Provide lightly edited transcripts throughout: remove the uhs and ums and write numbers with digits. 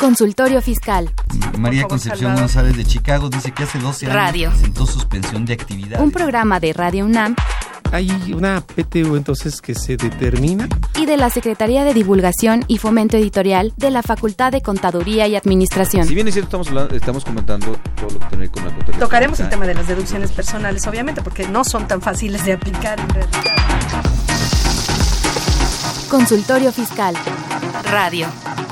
Consultorio Fiscal. María Concepción González de Chicago dice que hace 12 años presentó suspensión de actividades. Un programa de Radio UNAM. Hay una PTU entonces que se determina. Y de la Secretaría de Divulgación y Fomento Editorial de la Facultad de Contaduría y Administración. Si bien es cierto, estamos comentando todo lo que tiene con la contabilidad. Tocaremos el tema de las deducciones personales, obviamente, porque no son tan fáciles de aplicar en realidad. Consultorio Fiscal. Radio.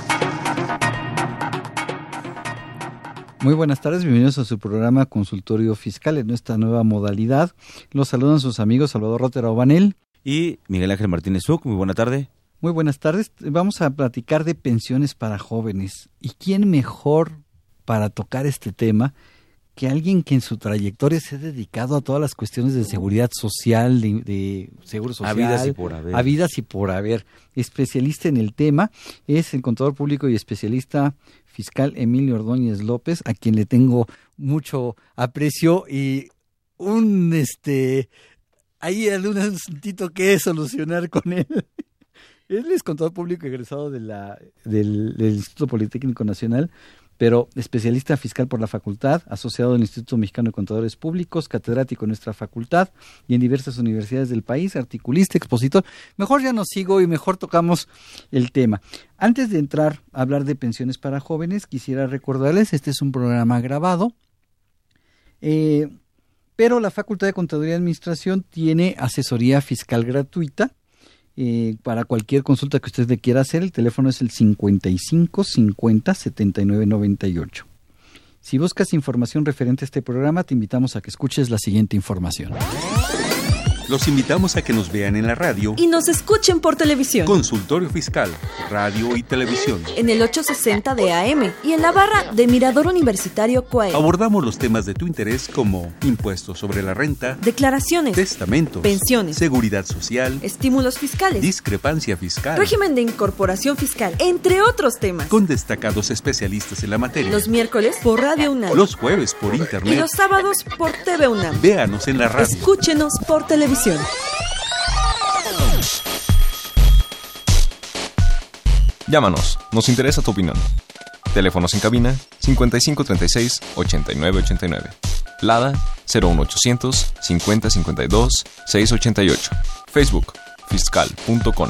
Muy buenas tardes, bienvenidos a su programa Consultorio Fiscal en nuestra nueva modalidad. Los saludan sus amigos Salvador Rotera Obanel y Miguel Ángel Martínez Zuc. Muy buena tarde. Muy buenas tardes. Vamos a platicar de pensiones para jóvenes. ¿Y quién mejor para tocar este tema que alguien que en su trayectoria se ha dedicado a todas las cuestiones de seguridad social, de seguro social, habidas y por haber. Habidas y por haber. Especialista en el tema es el contador público y especialista fiscal Emilio Ordóñez López, a quien le tengo mucho aprecio y hay algún asuntito que solucionar con él. Él es contador público egresado del Instituto Politécnico Nacional, pero especialista fiscal por la facultad, asociado del Instituto Mexicano de Contadores Públicos, catedrático en nuestra facultad y en diversas universidades del país, articulista, expositor. Mejor ya no sigo y mejor tocamos el tema. Antes de entrar a hablar de pensiones para jóvenes, quisiera recordarles, este es un programa grabado, pero la Facultad de Contaduría y Administración tiene asesoría fiscal gratuita. Para cualquier consulta que usted le quiera hacer, el teléfono es el 55 50 79 98. Si buscas información referente a este programa, te invitamos a que escuches la siguiente información. Los invitamos a que nos vean en la radio y nos escuchen por televisión. Consultorio Fiscal, radio y televisión. En el 860 de AM y en la barra de Mirador Universitario Coahuila. Abordamos los temas de tu interés como impuestos sobre la renta, declaraciones, testamentos, pensiones, seguridad social, estímulos fiscales, discrepancia fiscal, régimen de incorporación fiscal, entre otros temas. Con destacados especialistas en la materia. Los miércoles por Radio UNAM. Los jueves por internet. Y los sábados por TV UNAM. Véanos en la radio. Escúchenos por televisión. Llámanos, nos interesa tu opinión. Teléfonos en cabina 5536-8989. Lada 01800 5052 688. Facebook fiscal.com.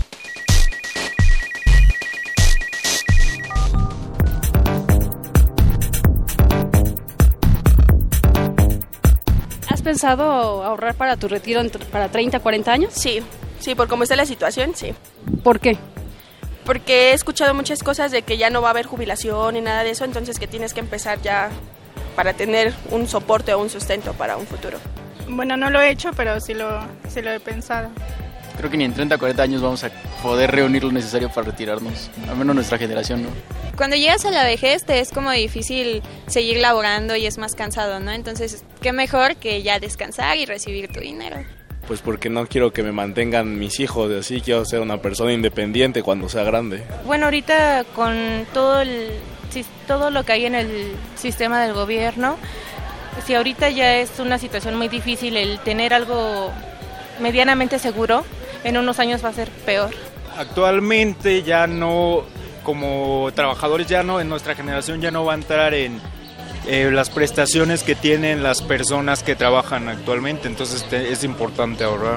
¿Has pensado ahorrar para tu retiro para 30, 40 años? Sí, por cómo está la situación, sí. ¿Por qué? Porque he escuchado muchas cosas de que ya no va a haber jubilación y nada de eso, entonces que tienes que empezar ya para tener un soporte o un sustento para un futuro. Bueno, no lo he hecho, pero sí lo he pensado. Creo que ni en 30 o 40 años vamos a poder reunir lo necesario para retirarnos, al menos nuestra generación, ¿no? Cuando llegas a la vejez te es como difícil seguir laborando y es más cansado, ¿no? Entonces, qué mejor que ya descansar y recibir tu dinero. Pues porque no quiero que me mantengan mis hijos, así quiero ser una persona independiente cuando sea grande. Bueno, ahorita con todo lo que hay en el sistema del gobierno, si ahorita ya es una situación muy difícil el tener algo medianamente seguro, en unos años va a ser peor. Actualmente ya no, como trabajadores ya no, en nuestra generación ya no va a entrar en las prestaciones que tienen las personas que trabajan actualmente, entonces es importante ahorrar.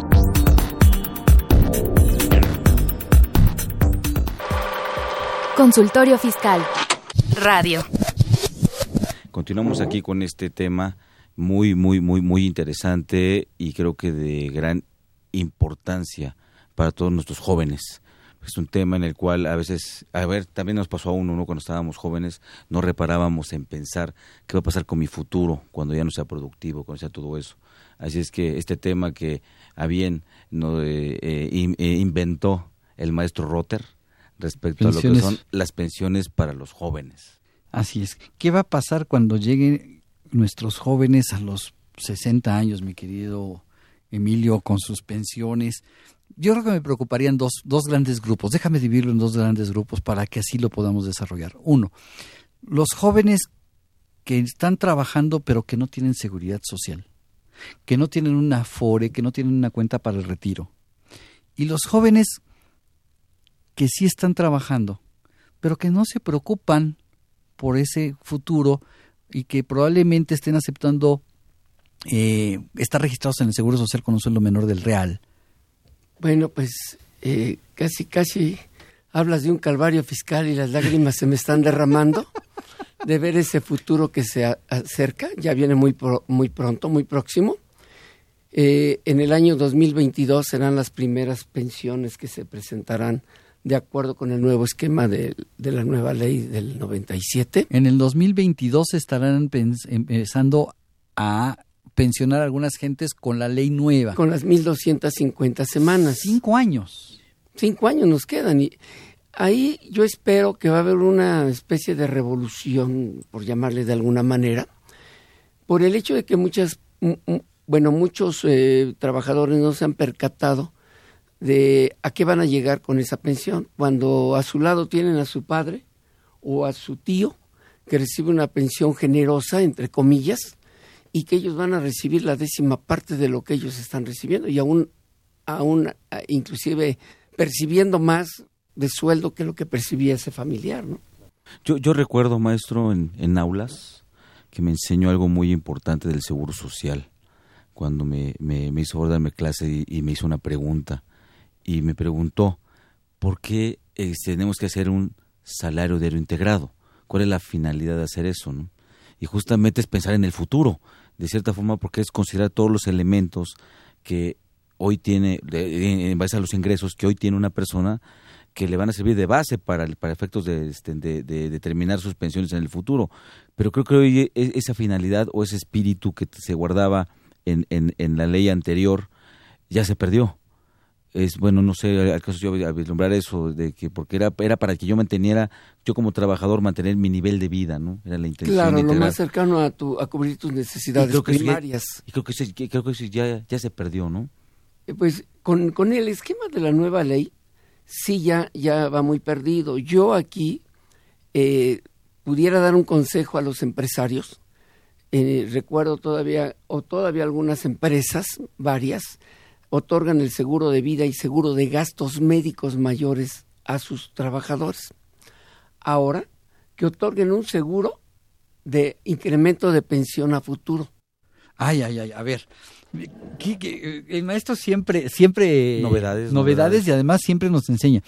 Consultorio Fiscal. Radio. Continuamos aquí con este tema muy, muy, muy, muy interesante y creo que de gran importancia para todos nuestros jóvenes. Es un tema en el cual a veces, también nos pasó a uno, ¿no? Cuando estábamos jóvenes, no reparábamos en pensar qué va a pasar con mi futuro cuando ya no sea productivo, cuando sea todo eso. Así es que este tema que a bien inventó el maestro Rotter respecto a lo que son las pensiones para los jóvenes. Así es. ¿Qué va a pasar cuando lleguen nuestros jóvenes a los 60 años, mi querido Emilio, con sus pensiones? Yo creo que me preocuparían dos grandes grupos. Déjame dividirlo en dos grandes grupos para que así lo podamos desarrollar. Uno, los jóvenes que están trabajando pero que no tienen seguridad social, que no tienen una Afore, que no tienen una cuenta para el retiro. Y los jóvenes que sí están trabajando pero que no se preocupan por ese futuro y que probablemente estén aceptando estar registrados en el Seguro Social con un sueldo menor del real. Bueno, pues casi hablas de un calvario fiscal y las lágrimas se me están derramando de ver ese futuro que se acerca, ya viene muy pronto, muy próximo. En el año 2022 serán las primeras pensiones que se presentarán de acuerdo con el nuevo esquema de la nueva ley del 97. En el 2022 estarán empezando a pensionar a algunas gentes con la ley nueva. Con las 1,250 semanas. 5 años. 5 años nos quedan y ahí yo espero que va a haber una especie de revolución, por llamarle de alguna manera, por el hecho de que muchos trabajadores no se han percatado de a qué van a llegar con esa pensión, cuando a su lado tienen a su padre o a su tío que recibe una pensión generosa, entre comillas, y que ellos van a recibir la 10ª parte de lo que ellos están recibiendo y aún inclusive percibiendo más de sueldo que lo que percibía ese familiar, ¿no? Yo recuerdo, maestro, en aulas que me enseñó algo muy importante del Seguro Social, cuando me hizo darme clase y me hizo una pregunta, y me preguntó, ¿por qué tenemos que hacer un salario diario integrado? ¿Cuál es la finalidad de hacer eso, no? Y justamente es pensar en el futuro, de cierta forma, porque es considerar todos los elementos que hoy tiene, en base a los ingresos que hoy tiene una persona, que le van a servir de base para efectos de determinar sus pensiones en el futuro. Pero creo que hoy esa finalidad o ese espíritu que se guardaba en la ley anterior ya se perdió. No sé, al caso yo a vislumbrar eso, de que porque era para que yo como trabajador, mantener mi nivel de vida, ¿no? Era la intención. Claro, lo más cercano a cubrir tus necesidades primarias. Y creo que eso ya se perdió, ¿no? Pues con el esquema de la nueva ley, sí ya va muy perdido. Yo aquí pudiera dar un consejo a los empresarios. Recuerdo todavía algunas empresas, varias, otorgan el seguro de vida y seguro de gastos médicos mayores a sus trabajadores. Ahora, que otorguen un seguro de incremento de pensión a futuro. A ver, el maestro siempre novedades y además siempre nos enseña.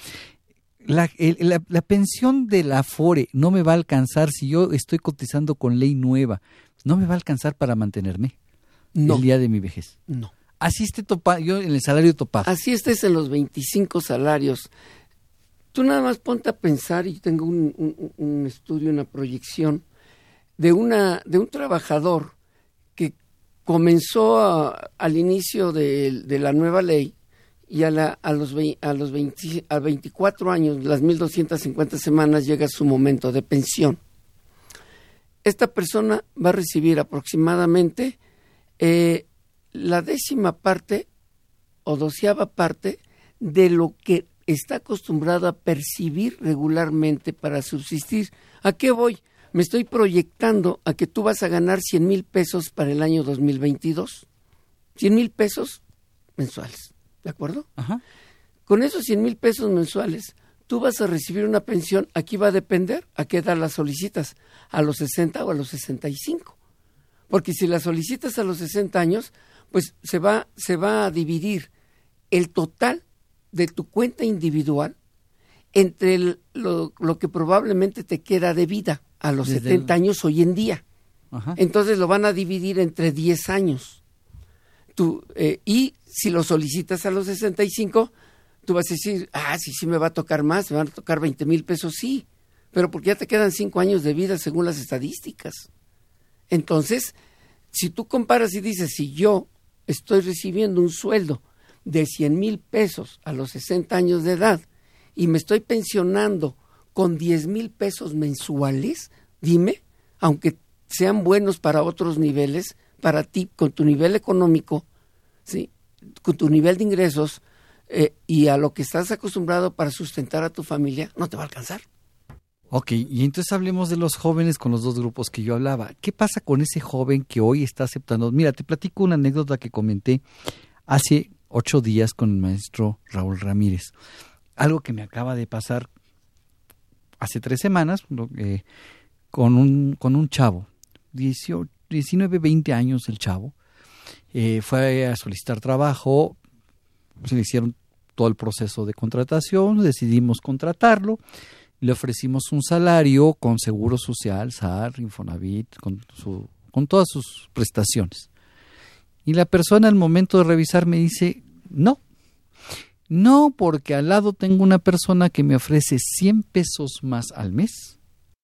La pensión de la Afore no me va a alcanzar si yo estoy cotizando con ley nueva. No me va a alcanzar para mantenerme el día de mi vejez. No. Así esté yo en el salario topado. Así estés en los 25 salarios. Tú nada más ponte a pensar, y tengo un estudio, una proyección de un trabajador que comenzó al inicio de la nueva ley y a 24 años, las 1,250 semanas, llega su momento de pensión. Esta persona va a recibir aproximadamente la 10ª parte o 12ª parte de lo que está acostumbrado a percibir regularmente para subsistir. ¿A qué voy? Me estoy proyectando a que tú vas a ganar 100,000 pesos para el año 2022. 100,000 pesos mensuales, ¿de acuerdo? Ajá. Con esos 100,000 pesos mensuales, tú vas a recibir una pensión. Aquí va a depender a qué edad la solicitas, a los 60 o a los 65. Porque si la solicitas a los 60 años, pues se va a dividir el total de tu cuenta individual entre lo que probablemente te queda de vida a los 70 años hoy en día. Ajá. Entonces lo van a dividir entre 10 años. Y si lo solicitas a los 65, tú vas a decir, sí me va a tocar más, me van a tocar 20,000 pesos, sí, pero porque ya te quedan 5 años de vida según las estadísticas. Entonces, si tú comparas y dices, si yo estoy recibiendo un sueldo de 100,000 pesos a los 60 años de edad y me estoy pensionando con 10,000 pesos mensuales, dime, aunque sean buenos para otros niveles, para ti, con tu nivel económico, ¿sí?, con tu nivel de ingresos y a lo que estás acostumbrado para sustentar a tu familia, no te va a alcanzar. Ok, y entonces hablemos de los jóvenes con los dos grupos que yo hablaba. ¿Qué pasa con ese joven que hoy está aceptando? Mira, te platico una anécdota que comenté hace 8 días con el maestro Raúl Ramírez. Algo que me acaba de pasar hace 3 semanas con un chavo, 19, 20 años el chavo, fue a solicitar trabajo, se le hicieron todo el proceso de contratación, decidimos contratarlo, le ofrecimos un salario con Seguro Social, SAR, Infonavit, con todas sus prestaciones. Y la persona al momento de revisar me dice, no, porque al lado tengo una persona que me ofrece 100 pesos más al mes.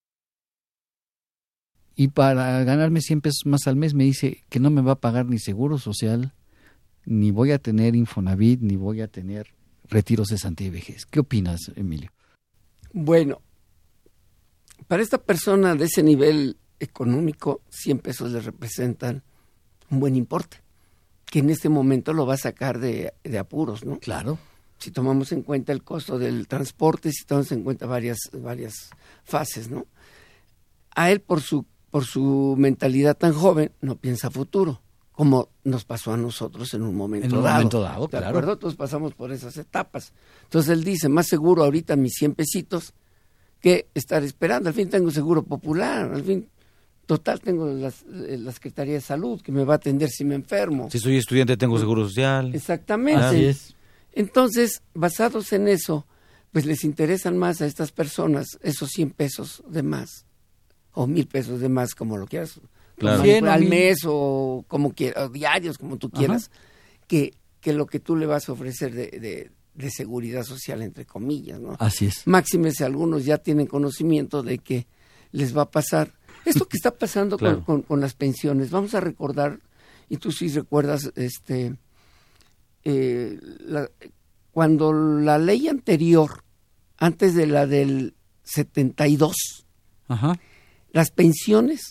Y para ganarme 100 pesos más al mes me dice que no me va a pagar ni Seguro Social, ni voy a tener Infonavit, ni voy a tener retiros de cesantía y vejez. ¿Qué opinas, Emilio? Bueno, para esta persona de ese nivel económico, 100 pesos le representan un buen importe, que en este momento lo va a sacar de apuros, ¿no? Claro. Si tomamos en cuenta el costo del transporte, si tomamos en cuenta varias fases, ¿no? A él, por su mentalidad tan joven, no piensa futuro, como nos pasó a nosotros en un momento dado. ¿De claro. acuerdo? Todos pasamos por esas etapas. Entonces él dice, más seguro ahorita mis 100 pesitos que estar esperando. Al fin tengo seguro popular, al fin, total, tengo la Secretaría de Salud que me va a atender si me enfermo. Si soy estudiante tengo Seguro Social. Exactamente. Así es. Entonces, basados en eso, pues les interesan más a estas personas esos 100 pesos de más, o 1,000 pesos de más, como lo quieras, claro. al mes o como quieras, o diarios, como tú quieras, que lo que tú le vas a ofrecer de seguridad social, entre comillas, ¿no? Así es. Máxime si algunos ya tienen conocimiento de que les va a pasar esto que está pasando claro. con las pensiones. Vamos a recordar, y tú sí recuerdas, cuando la ley anterior, antes de la del 72, las pensiones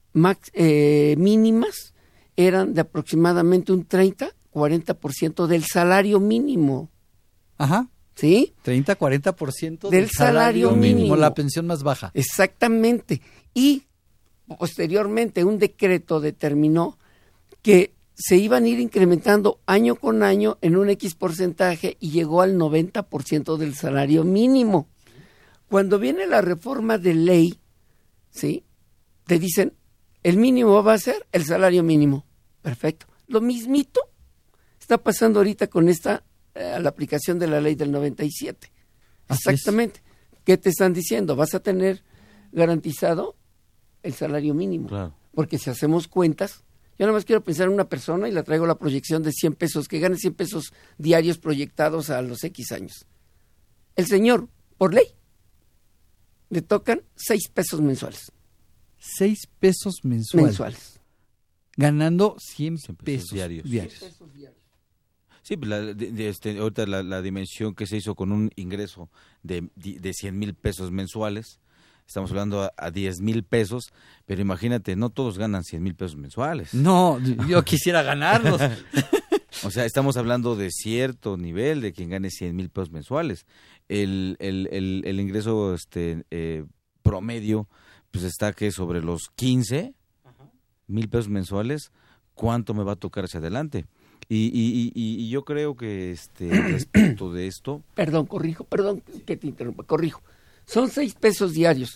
mínimas eran de aproximadamente un 30-40% del salario mínimo. Ajá. ¿Sí? 30-40% del salario mínimo. La pensión más baja. Exactamente. Y posteriormente un decreto determinó que se iban a ir incrementando año con año en un X porcentaje y llegó al 90% del salario mínimo. Cuando viene la reforma de ley, ¿sí? Te dicen, el mínimo va a ser el salario mínimo. Perfecto. Lo mismito está pasando ahorita con la aplicación de la ley del 97. Exactamente. ¿Qué te están diciendo? Vas a tener garantizado el salario mínimo. Claro. Porque si hacemos cuentas, yo nada más quiero pensar en una persona y la traigo la proyección de 100 pesos, que gane 100 pesos diarios proyectados a los X años. El señor, por ley, le tocan 6 pesos mensuales. 6 pesos mensuales. Ganando 100 pesos diarios. Sí, ahorita la dimensión que se hizo con un ingreso de 100,000 pesos mensuales, estamos hablando a 10,000 pesos, pero imagínate, no todos ganan 100,000 pesos mensuales. No, yo quisiera ganarlos. O sea, estamos hablando de cierto nivel de quien gane 100,000 pesos mensuales. El ingreso promedio pues está que sobre los 15,000 pesos mensuales. ¿Cuánto me va a tocar hacia adelante? Y yo creo que respecto de esto... Perdón que te interrumpa, corrijo. Son 6 pesos diarios,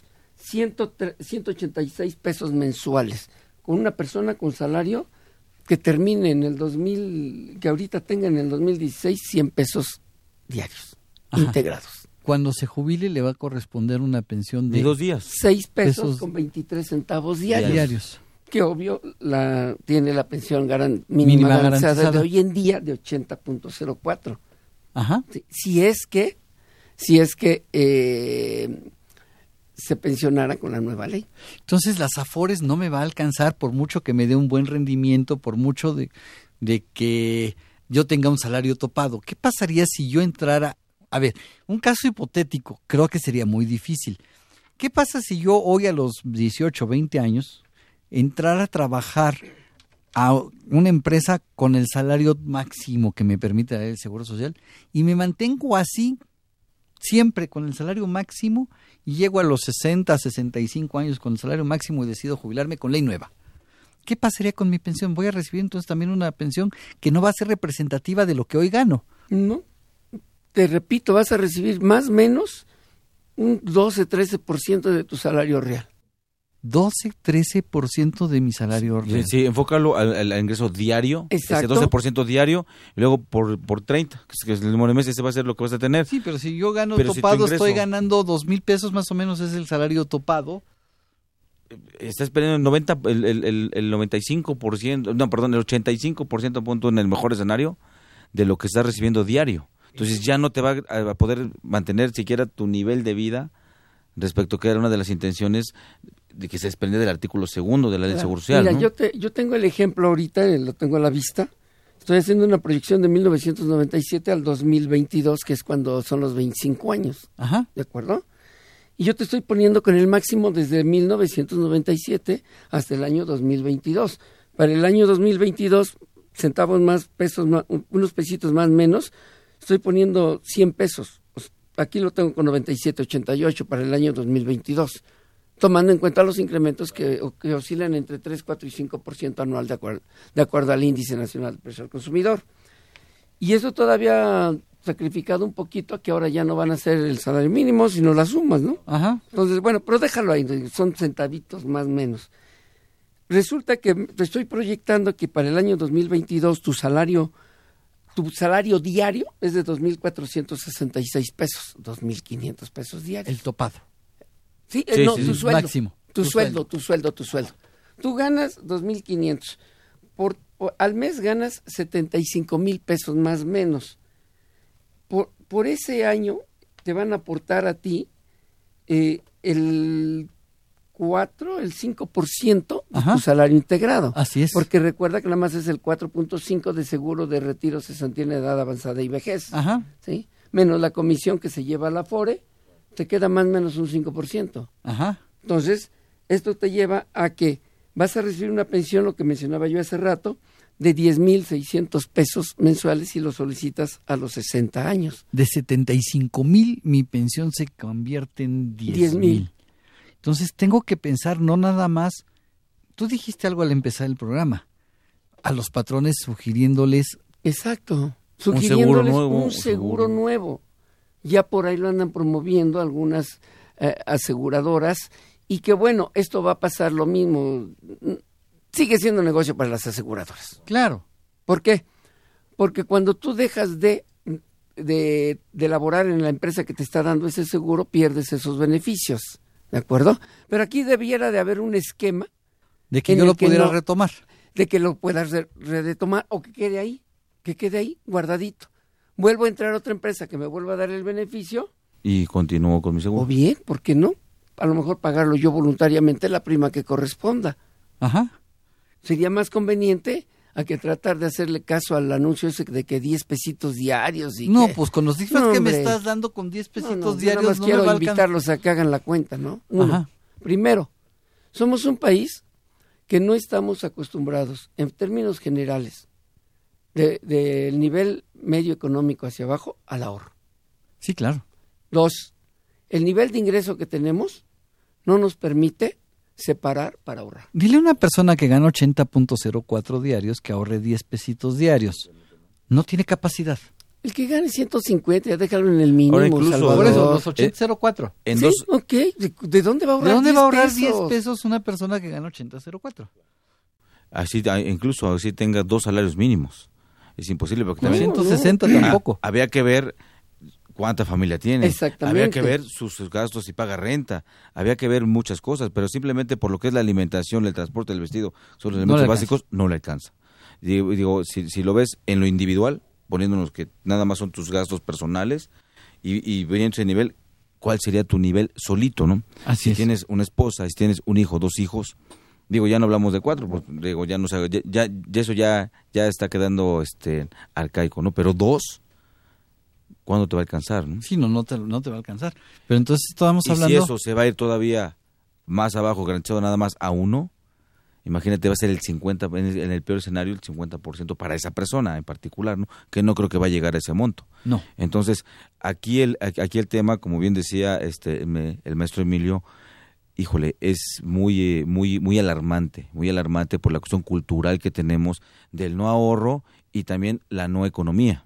186 pesos mensuales, con una persona con salario que termine en el 2000, que ahorita tenga en el 2016 100 pesos diarios, integrados. Cuando se jubile le va a corresponder una pensión de 2 días. 6 pesos con 23 centavos diarios. Que obvio tiene la pensión mínima garantizada de hoy en día de 80.04. Ajá. Sí, si es que se pensionara con la nueva ley. Entonces las Afores no me va a alcanzar por mucho que me dé un buen rendimiento, por mucho de que yo tenga un salario topado. ¿Qué pasaría si yo entrara? A ver, un caso hipotético, creo que sería muy difícil. ¿Qué pasa si yo hoy a los 18, 20 años entrara a trabajar a una empresa con el salario máximo que me permite el Seguro Social y me mantengo así siempre con el salario máximo y llego a los 60, 65 años con el salario máximo y decido jubilarme con ley nueva? ¿Qué pasaría con mi pensión? Voy a recibir entonces también una pensión que no va a ser representativa de lo que hoy gano. No, te repito, vas a recibir más o menos un 12-13% de tu salario real. 12-13% de mi salario real. Sí, enfócalo al ingreso diario, Exacto. ese 12% diario, y luego por 30, que es el número de meses, ese va a ser lo que vas a tener. Sí, pero si yo gano Pero topado, si tu ingreso- estoy ganando 2,000 pesos, más o menos es el salario topado. Estás perdiendo el 95%, no, perdón, el 85% punto en el mejor escenario de lo que estás recibiendo diario. Entonces ya no te va a poder mantener siquiera tu nivel de vida respecto a que era una de las intenciones de que se desprende del artículo 2 de la ley del Seguro Social. Mira, ¿no? yo tengo el ejemplo ahorita, lo tengo a la vista. Estoy haciendo una proyección de 1997 al 2022, que es cuando son los 25 años. Ajá. ¿De acuerdo? Y yo te estoy poniendo con el máximo desde 1997 hasta el año 2022. Para el año 2022, centavos más, pesos más, unos pesitos más menos, estoy poniendo 100 pesos. Aquí lo tengo con 97.88 para el año 2022, tomando en cuenta los incrementos que oscilan entre 3, 4 y 5% anual de acuerdo al Índice Nacional de Precios al Consumidor. Y eso todavía sacrificado un poquito a que ahora ya no van a ser el salario mínimo, sino las sumas, ¿no? Ajá. Entonces, bueno, pero déjalo ahí, son centavitos más o menos. Resulta que te estoy proyectando que para el año 2022 tu salario diario es de 2,466 pesos, 2,500 pesos diarios. El topado. Sí, Sí, no, sí, tu sí. sueldo. Máximo. Tu sueldo. Tú ganas 2,500. Al mes ganas 75,000 pesos más o menos. Por ese año te van a aportar a ti el 5% de tu salario integrado. Así es. Porque recuerda que nada más es el 4.5 de seguro de retiro cesantía en edad avanzada y vejez. Ajá. ¿Sí? Menos la comisión que se lleva a la Afore, te queda más o menos un 5%. Ajá. Entonces, esto te lleva a que vas a recibir una pensión, lo que mencionaba yo hace rato, de 10,600 pesos mensuales si lo solicitas a los 60 años. De 75,000, mi pensión se convierte en 10,000. Entonces tengo que pensar no nada más, tú dijiste algo al empezar el programa, a los patrones sugiriéndoles... Exacto, sugiriéndoles un seguro nuevo. Ya por ahí lo andan promoviendo algunas aseguradoras y que bueno, esto va a pasar lo mismo. Sigue siendo negocio para las aseguradoras. Claro. ¿Por qué? Porque cuando tú dejas de laborar en la empresa que te está dando ese seguro, pierdes esos beneficios. ¿De acuerdo? Pero aquí debiera de haber un esquema. De que yo lo pudiera retomar. De que lo puedas retomar o que quede ahí, guardadito. Vuelvo a entrar a otra empresa que me vuelva a dar el beneficio. Y continúo con mi seguro. O bien, ¿por qué no? A lo mejor pagarlo yo voluntariamente la prima que corresponda. Ajá. Sería más conveniente a que tratar de hacerle caso al anuncio ese de que 10 pesitos diarios y no, que... pues con los cifras que me estás dando con 10 pesitos diarios yo nada más no quiero me va a alcanzar. invitarlos a que hagan la cuenta, ¿no? Ajá. Primero, somos un país que no estamos acostumbrados, en términos generales, del nivel medio económico hacia abajo al ahorro. Sí, claro. 2, el nivel de ingreso que tenemos no nos permite separar para ahorrar. Dile a una persona que gana 80.04 diarios que ahorre 10 pesitos diarios. No tiene capacidad. El que gane 150, ya déjalo en el mínimo. Ahora incluso, Salvador. Por eso, los 80.04. Sí, ok. ¿De dónde va a ahorrar 10 pesos? ¿De dónde va a ahorrar 10 pesos una persona que gana 80.04? Así, incluso así tenga 2 salarios mínimos. Es imposible porque también... 160 tampoco. Había que ver cuánta familia tiene. Exactamente. Había que ver sus gastos, si paga renta. Había que ver muchas cosas, pero simplemente por lo que es la alimentación, el transporte, el vestido, son los elementos básicos, no le alcanza. Digo, si lo ves en lo individual, poniéndonos que nada más son tus gastos personales y viendo ese nivel, ¿cuál sería tu nivel solito, no? Así si es. tienes una esposa, si tienes un hijo, 2 hijos, digo, ya no hablamos de 4, pues, digo, ya no sé, ya eso ya está quedando arcaico, ¿no? Pero 2, ¿cuándo te va a alcanzar, no? Sí, no te va a alcanzar. Pero entonces estábamos Y hablando... si eso se va a ir todavía más abajo, garantizado nada más a 1, imagínate, va a ser el 50, en el peor escenario, el 50% para esa persona en particular, ¿no? Que no creo que va a llegar a ese monto. No. Entonces, aquí el tema, como bien decía el maestro Emilio, híjole, es muy alarmante por la cuestión cultural que tenemos del no ahorro y también la no economía.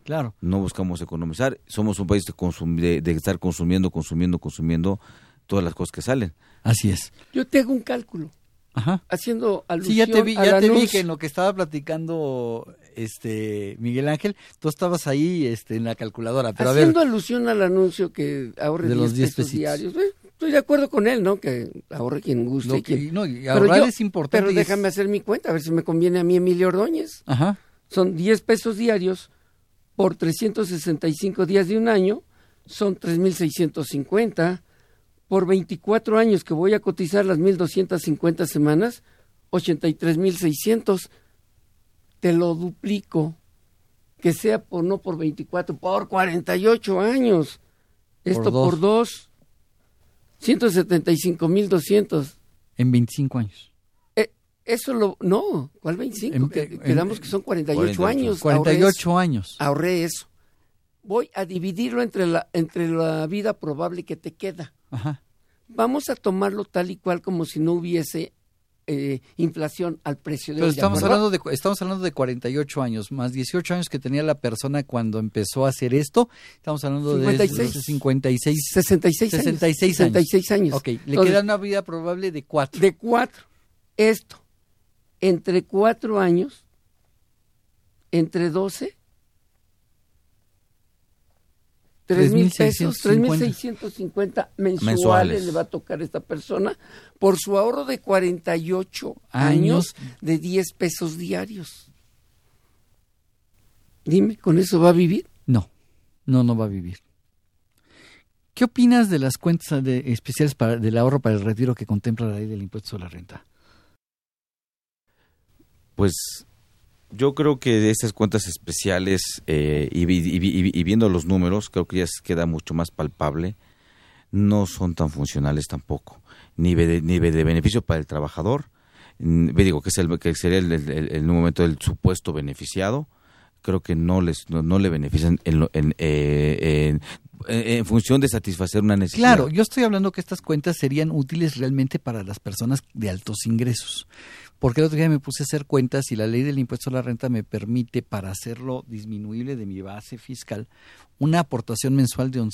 Claro. No buscamos economizar. Somos un país de estar consumiendo todas las cosas que salen. Así es. Yo te hago un cálculo. Ajá. Haciendo alusión sí, ya te vi anuncio. que en lo que estaba platicando Miguel Ángel, tú estabas ahí en la calculadora. Pero haciendo a ver, alusión al anuncio que ahorre de los 10 pesos diarios. Estoy de acuerdo con él, ¿no? Que ahorre quien guste. Y ahorrar es importante. Pero déjame hacer mi cuenta, a ver si me conviene a mí, Emilio Ordóñez. Ajá. Son 10 pesos diarios por 365 días de un año, son 3,650. Por 24 años que voy a cotizar las 1,250 semanas, 83,600. Te lo duplico. Que sea no por 24, por 48 años. Esto por 2. 175,200. En 25 años. No, ¿cuál 25? Quedamos que son 48 años. 48 años. Ahorré eso. Voy a dividirlo entre la vida probable que te queda. Ajá. Vamos a tomarlo tal y cual como si no hubiese inflación al precio de hoy. Pero estamos hablando de 48 años, más 18 años que tenía la persona cuando empezó a hacer esto. Estamos hablando 56. de 66 años. Ok, le queda una vida probable de 4. De 4. Esto, entre 4 años, entre 12, 3,000 pesos, 3,650 mensuales le va a tocar a esta persona por su ahorro de 48 años de 10 pesos diarios. Dime, ¿con eso va a vivir? No va a vivir. ¿Qué opinas de las cuentas especiales del ahorro para el retiro que contempla la ley del impuesto a la renta? Pues yo creo que de estas cuentas especiales y viendo los números, creo que ya queda mucho más palpable, no son tan funcionales tampoco, ni de beneficio para el trabajador, que sería el momento del supuesto beneficiado, creo que no le benefician en función de satisfacer una necesidad. Claro, yo estoy hablando que estas cuentas serían útiles realmente para las personas de altos ingresos. Porque el otro día me puse a hacer cuentas y la ley del impuesto a la renta me permite, para hacerlo disminuible de mi base fiscal, una aportación mensual de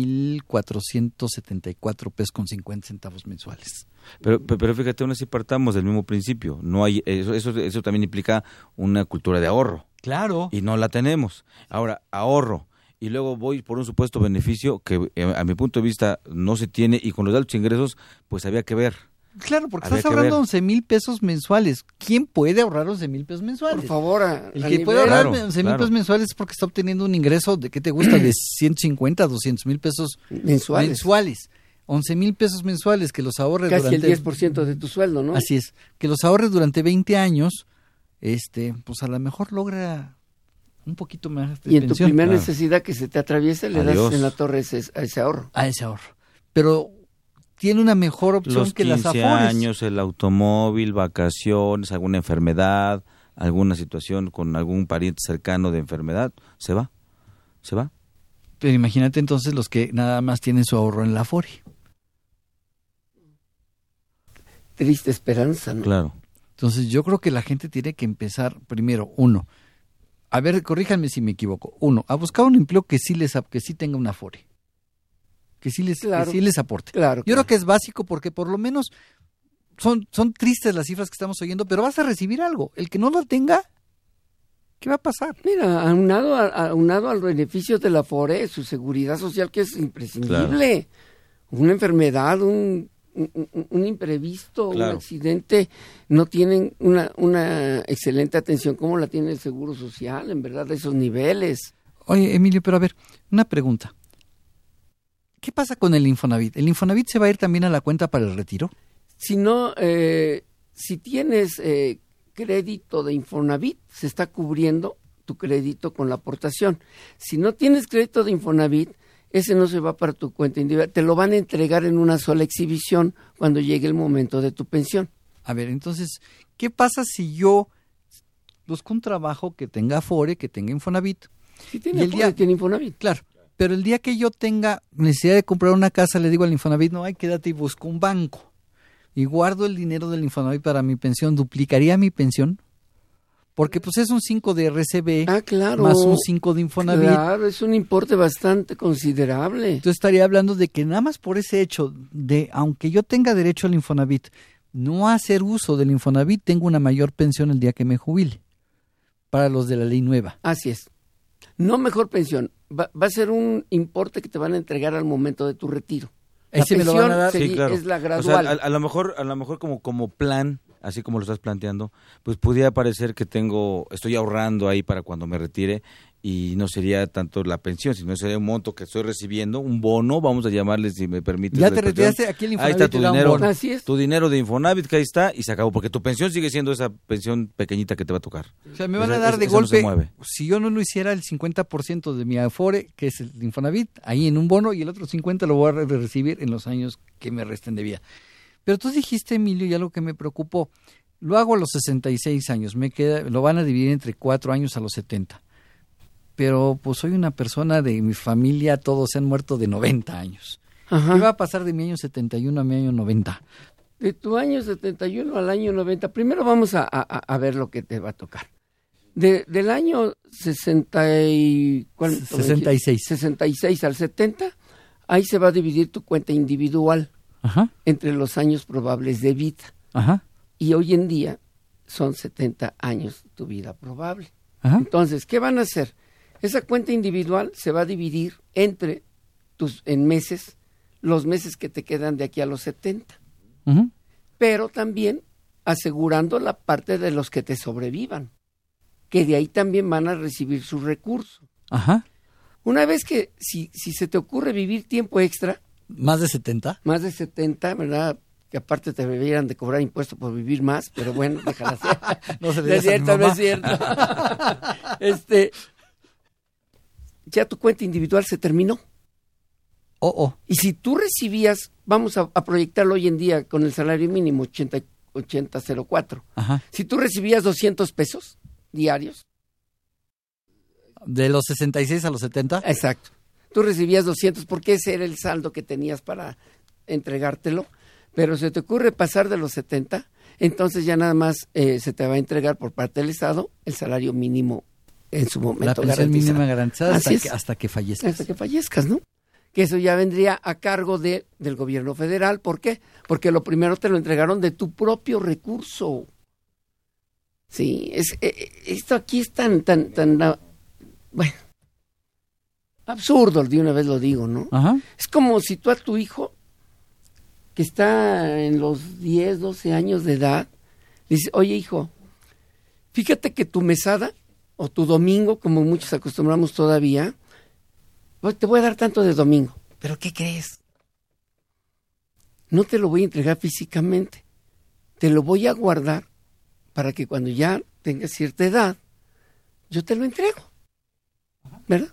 11,474 pesos con 50 centavos mensuales. Pero fíjate, aún así partamos del mismo principio. No hay eso también implica una cultura de ahorro. Claro. Y no la tenemos. Ahora, ahorro. Y luego voy por un supuesto beneficio que a mi punto de vista no se tiene, y con los altos ingresos pues había que ver. Claro, porque estás ahorrando 11,000 pesos mensuales. ¿Quién puede ahorrar 11,000 pesos mensuales? Por favor, el que puede ahorrar 11,000 pesos mensuales es porque está obteniendo un ingreso de, ¿qué te gusta? De 150 a 200,000 pesos mensuales. 11,000 pesos mensuales que los ahorres casi durante... el 10% de tu sueldo, ¿no? Así es. Que los ahorres durante 20 años, pues a lo mejor logra un poquito más de y en pensión. Tu primera necesidad que se te atraviese, le das en la torre a ese ahorro. A ese ahorro. Pero tiene una mejor opción que las afores. Los 15 años, el automóvil, vacaciones, alguna enfermedad, alguna situación con algún pariente cercano de enfermedad, se va. Pero imagínate entonces los que nada más tienen su ahorro en la afore. Triste esperanza, ¿no? Claro. Entonces yo creo que la gente tiene que empezar primero, a ver, corríjanme si me equivoco, a buscar un empleo que sí tenga una afore. Que sí les aporte. Claro, Yo creo que es básico porque por lo menos son tristes las cifras que estamos oyendo, pero vas a recibir algo. El que no lo tenga, ¿qué va a pasar? Mira, aunado al beneficio de la Afore, su seguridad social que es imprescindible. Claro. Una enfermedad, un imprevisto, un accidente, no tienen una excelente atención como la tiene el Seguro Social, en verdad, de esos niveles. Oye, Emilio, pero a ver, una pregunta. ¿Qué pasa con el Infonavit? ¿El Infonavit se va a ir también a la cuenta para el retiro? Si no, si tienes crédito de Infonavit, se está cubriendo tu crédito con la aportación. Si no tienes crédito de Infonavit, ese no se va para tu cuenta individual. Te lo van a entregar en una sola exhibición cuando llegue el momento de tu pensión. A ver, entonces, ¿qué pasa si yo busco un trabajo que tenga Afore, que tenga Infonavit? Si tiene Afore, tiene Infonavit. Claro. Pero el día que yo tenga necesidad de comprar una casa, le digo al Infonavit, no, quédate y busco un banco. Y guardo el dinero del Infonavit para mi pensión. ¿Duplicaría mi pensión? Porque pues es un 5 de RCB claro, más un 5 de Infonavit. Claro, es un importe bastante considerable. Entonces estaría hablando de que nada más por ese hecho de, aunque yo tenga derecho al Infonavit, no hacer uso del Infonavit, tengo una mayor pensión el día que me jubile, para los de la ley nueva. Así es. No mejor pensión, va a ser un importe que te van a entregar al momento de tu retiro. La pensión me lo van a dar. Sí, claro. Es la gradual. O sea, a lo mejor como plan, así como lo estás planteando, pues pudiera parecer que estoy ahorrando ahí para cuando me retire, y no sería tanto la pensión, sino sería un monto que estoy recibiendo, un bono, vamos a llamarle, si me permites. Ya te retiraste, aquí el Infonavit ahí está tu dinero, Así es. tu dinero de Infonavit, que ahí está, y se acabó, porque tu pensión sigue siendo esa pensión pequeñita que te va a tocar. O sea, me van a dar de golpe, si yo no lo hiciera, el 50% de mi Afore, que es el Infonavit, ahí en un bono, y el otro 50% lo voy a recibir en los años que me resten de vida. Pero tú dijiste, Emilio, y algo que me preocupó, lo hago a los 66 años, lo van a dividir entre 4 años a los 70. Pero pues soy una persona de mi familia, todos se han muerto de 90 años. Ajá. ¿Qué va a pasar de mi año 71 a mi año 90? De tu año 71 al año 90, primero vamos a ver lo que te va a tocar. Del año 66 al 70, ahí se va a dividir tu cuenta individual. Ajá. Entre los años probables de vida. Ajá. Y hoy en día son 70 años tu vida probable. Ajá. Entonces, ¿qué van a hacer? Esa cuenta individual se va a dividir en meses, los meses que te quedan de aquí a los 70. Uh-huh. Pero también asegurando la parte de los que te sobrevivan, que de ahí también van a recibir su recurso. Ajá. Una vez que, si se te ocurre vivir tiempo extra... ¿Más de 70? Más de 70, ¿verdad? Que aparte te debieran de cobrar impuestos por vivir más, pero bueno, déjala ser. No se es cierto, no es cierto. Ya tu cuenta individual se terminó. Y si tú recibías, vamos a proyectarlo hoy en día con el salario mínimo 80.04. Ajá. Si tú recibías 200 pesos diarios. ¿De los 66 a los 70? Exacto. Tú recibías 200 porque ese era el saldo que tenías para entregártelo. Pero se te ocurre pasar de los 70, entonces ya nada más se te va a entregar por parte del Estado el salario mínimo en su momento. La pensión mínima garantizada hasta que fallezcas. Hasta que fallezcas, ¿no? Que eso ya vendría a cargo del gobierno federal. ¿Por qué? Porque lo primero te lo entregaron de tu propio recurso. Sí, esto aquí es tan bueno, absurdo, de una vez lo digo, ¿no? Ajá. Es como si tú a tu hijo, que está en los 10, 12 años de edad, dices, oye hijo, fíjate que tu mesada o tu domingo, como muchos acostumbramos todavía, te voy a dar tanto de domingo. ¿Pero qué crees? No te lo voy a entregar físicamente, te lo voy a guardar para que cuando ya tengas cierta edad, yo te lo entrego, ¿verdad?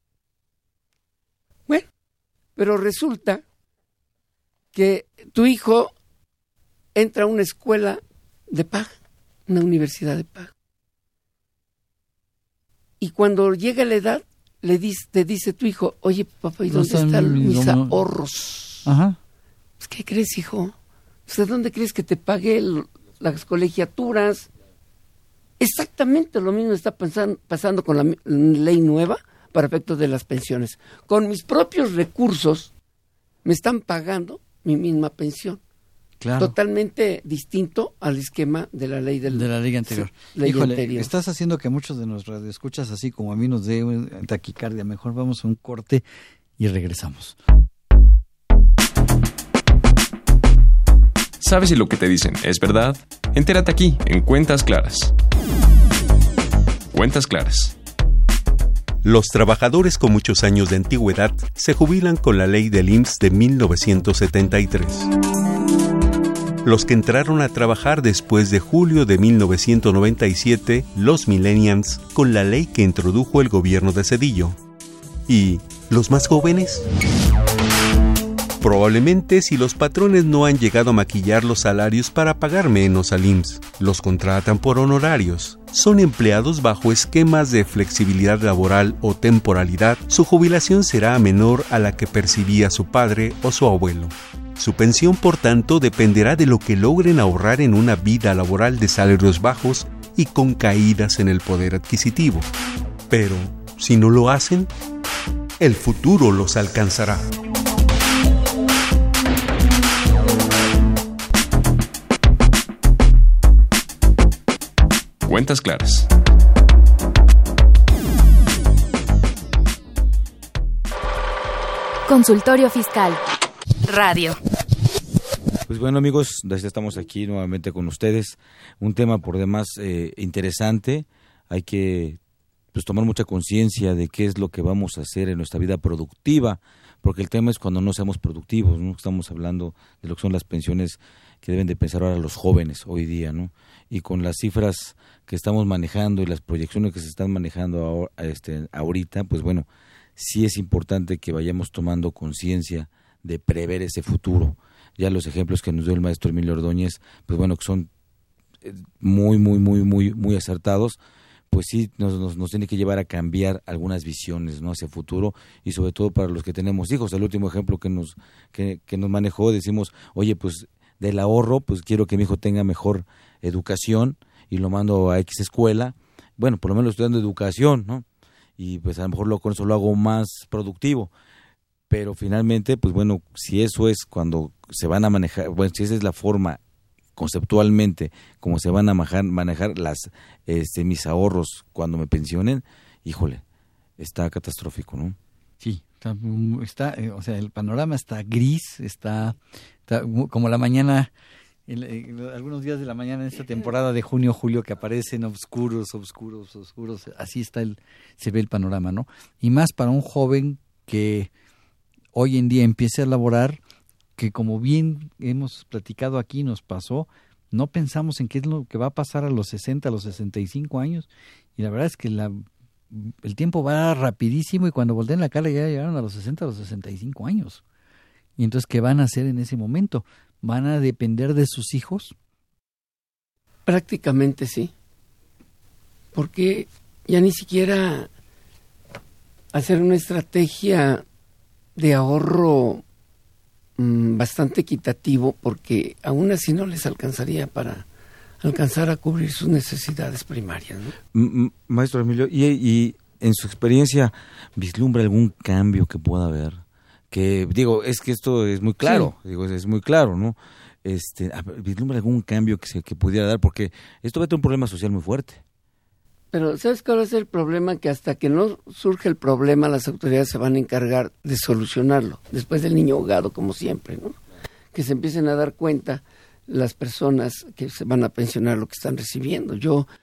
Bueno, pero resulta que tu hijo entra a una escuela de paga, una universidad de paga. Y cuando llega la edad, te dice tu hijo, oye papá, ¿y dónde están mis ahorros? Ajá. Pues, ¿qué crees, hijo? ¿De dónde crees que te pagué las colegiaturas? Exactamente lo mismo está pasando con la ley nueva para efectos de las pensiones. Con mis propios recursos me están pagando mi misma pensión. Claro. Totalmente distinto al esquema de la ley de la ley anterior. Híjole, estás haciendo que muchos de nuestros radioescuchas, así como a mí, nos dé taquicardia. Mejor vamos a un corte y regresamos. ¿Sabes si lo que te dicen es verdad? Entérate aquí, en Cuentas Claras. Cuentas Claras. Los trabajadores con muchos años de antigüedad se jubilan con la ley del IMSS de 1973. Los que entraron a trabajar después de julio de 1997, los millennials, con la ley que introdujo el gobierno de Zedillo. ¿Y los más jóvenes? Probablemente si los patrones no han llegado a maquillar los salarios para pagar menos al IMSS, los contratan por honorarios, son empleados bajo esquemas de flexibilidad laboral o temporalidad, su jubilación será menor a la que percibía su padre o su abuelo. Su pensión, por tanto, dependerá de lo que logren ahorrar en una vida laboral de salarios bajos y con caídas en el poder adquisitivo. Pero, si no lo hacen, el futuro los alcanzará. Cuentas claras. Consultorio Fiscal. Radio. Pues bueno, amigos, ya estamos aquí nuevamente con ustedes. Un tema por demás interesante. Hay que tomar mucha conciencia de qué es lo que vamos a hacer en nuestra vida productiva, porque el tema es cuando no seamos productivos, ¿no? Estamos hablando de lo que son las pensiones que deben de pensar ahora los jóvenes hoy día, ¿no? Y con las cifras que estamos manejando y las proyecciones que se están manejando ahorita, pues bueno, sí es importante que vayamos tomando conciencia de prever ese futuro. Ya los ejemplos que nos dio el maestro Emilio Ordóñez, pues bueno, que son muy acertados, pues sí nos tiene que llevar a cambiar algunas visiones, ¿no?, hacia el futuro, y sobre todo para los que tenemos hijos. El último ejemplo que nos manejó, decimos, oye, pues del ahorro, pues quiero que mi hijo tenga mejor educación y lo mando a X escuela. Bueno, por lo menos estoy dando educación, ¿no? Y pues a lo mejor con eso lo hago más productivo. Pero finalmente, pues bueno, si eso es cuando se van a manejar, bueno, si esa es la forma conceptualmente como se van a manejar mis ahorros cuando me pensionen, híjole, está catastrófico, ¿no? Sí, está o sea, el panorama está gris, está como la mañana, algunos días de la mañana en esta temporada de junio, julio, que aparecen oscuros, así se ve el panorama, ¿no? Y más para un joven que hoy en día empiece a laborar, que como bien hemos platicado aquí, nos pasó, no pensamos en qué es lo que va a pasar a los 60, a los 65 años, y la verdad es que el tiempo va rapidísimo, y cuando volteen la cara ya llegaron a los 60, a los 65 años. Y entonces, ¿qué van a hacer en ese momento? ¿Van a depender de sus hijos? Prácticamente sí, porque ya ni siquiera hacer una estrategia de ahorro bastante equitativo, porque aún así no les alcanzaría para alcanzar a cubrir sus necesidades primarias, ¿no? Maestro Emilio, y en su experiencia, ¿vislumbra algún cambio que pueda haber? Que digo, es que esto es muy claro, sí. Es muy claro, ¿no? ¿Vislumbra algún cambio que pudiera dar? Porque esto va a tener un problema social muy fuerte. Pero ¿sabes cuál es el problema? Que hasta que no surge el problema, las autoridades se van a encargar de solucionarlo, después del niño ahogado, como siempre, ¿no? Que se empiecen a dar cuenta las personas que se van a pensionar lo que están recibiendo.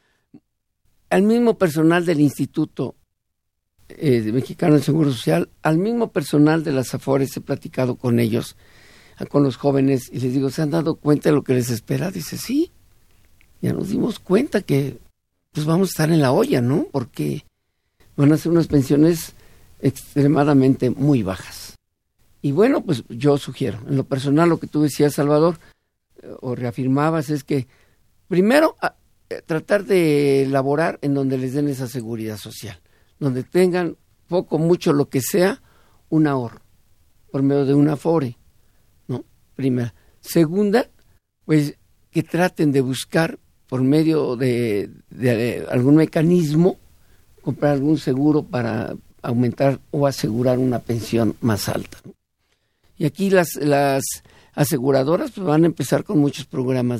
Al mismo personal del Instituto Mexicano del Seguro Social, al mismo personal de las Afores, he platicado con ellos, con los jóvenes, y les digo, ¿se han dado cuenta de lo que les espera? Dice, sí, ya nos dimos cuenta que pues vamos a estar en la olla, ¿no? Porque van a ser unas pensiones extremadamente muy bajas. Y bueno, pues yo sugiero, en lo personal, lo que tú decías, Salvador, o reafirmabas, es que primero tratar de elaborar en donde les den esa seguridad social, donde tengan poco, mucho, lo que sea, un ahorro, por medio de una Afore, ¿no? Primera. Segunda, pues que traten de buscar por medio de algún mecanismo, comprar algún seguro para aumentar o asegurar una pensión más alta, ¿no? Y aquí las aseguradoras pues van a empezar con muchos programas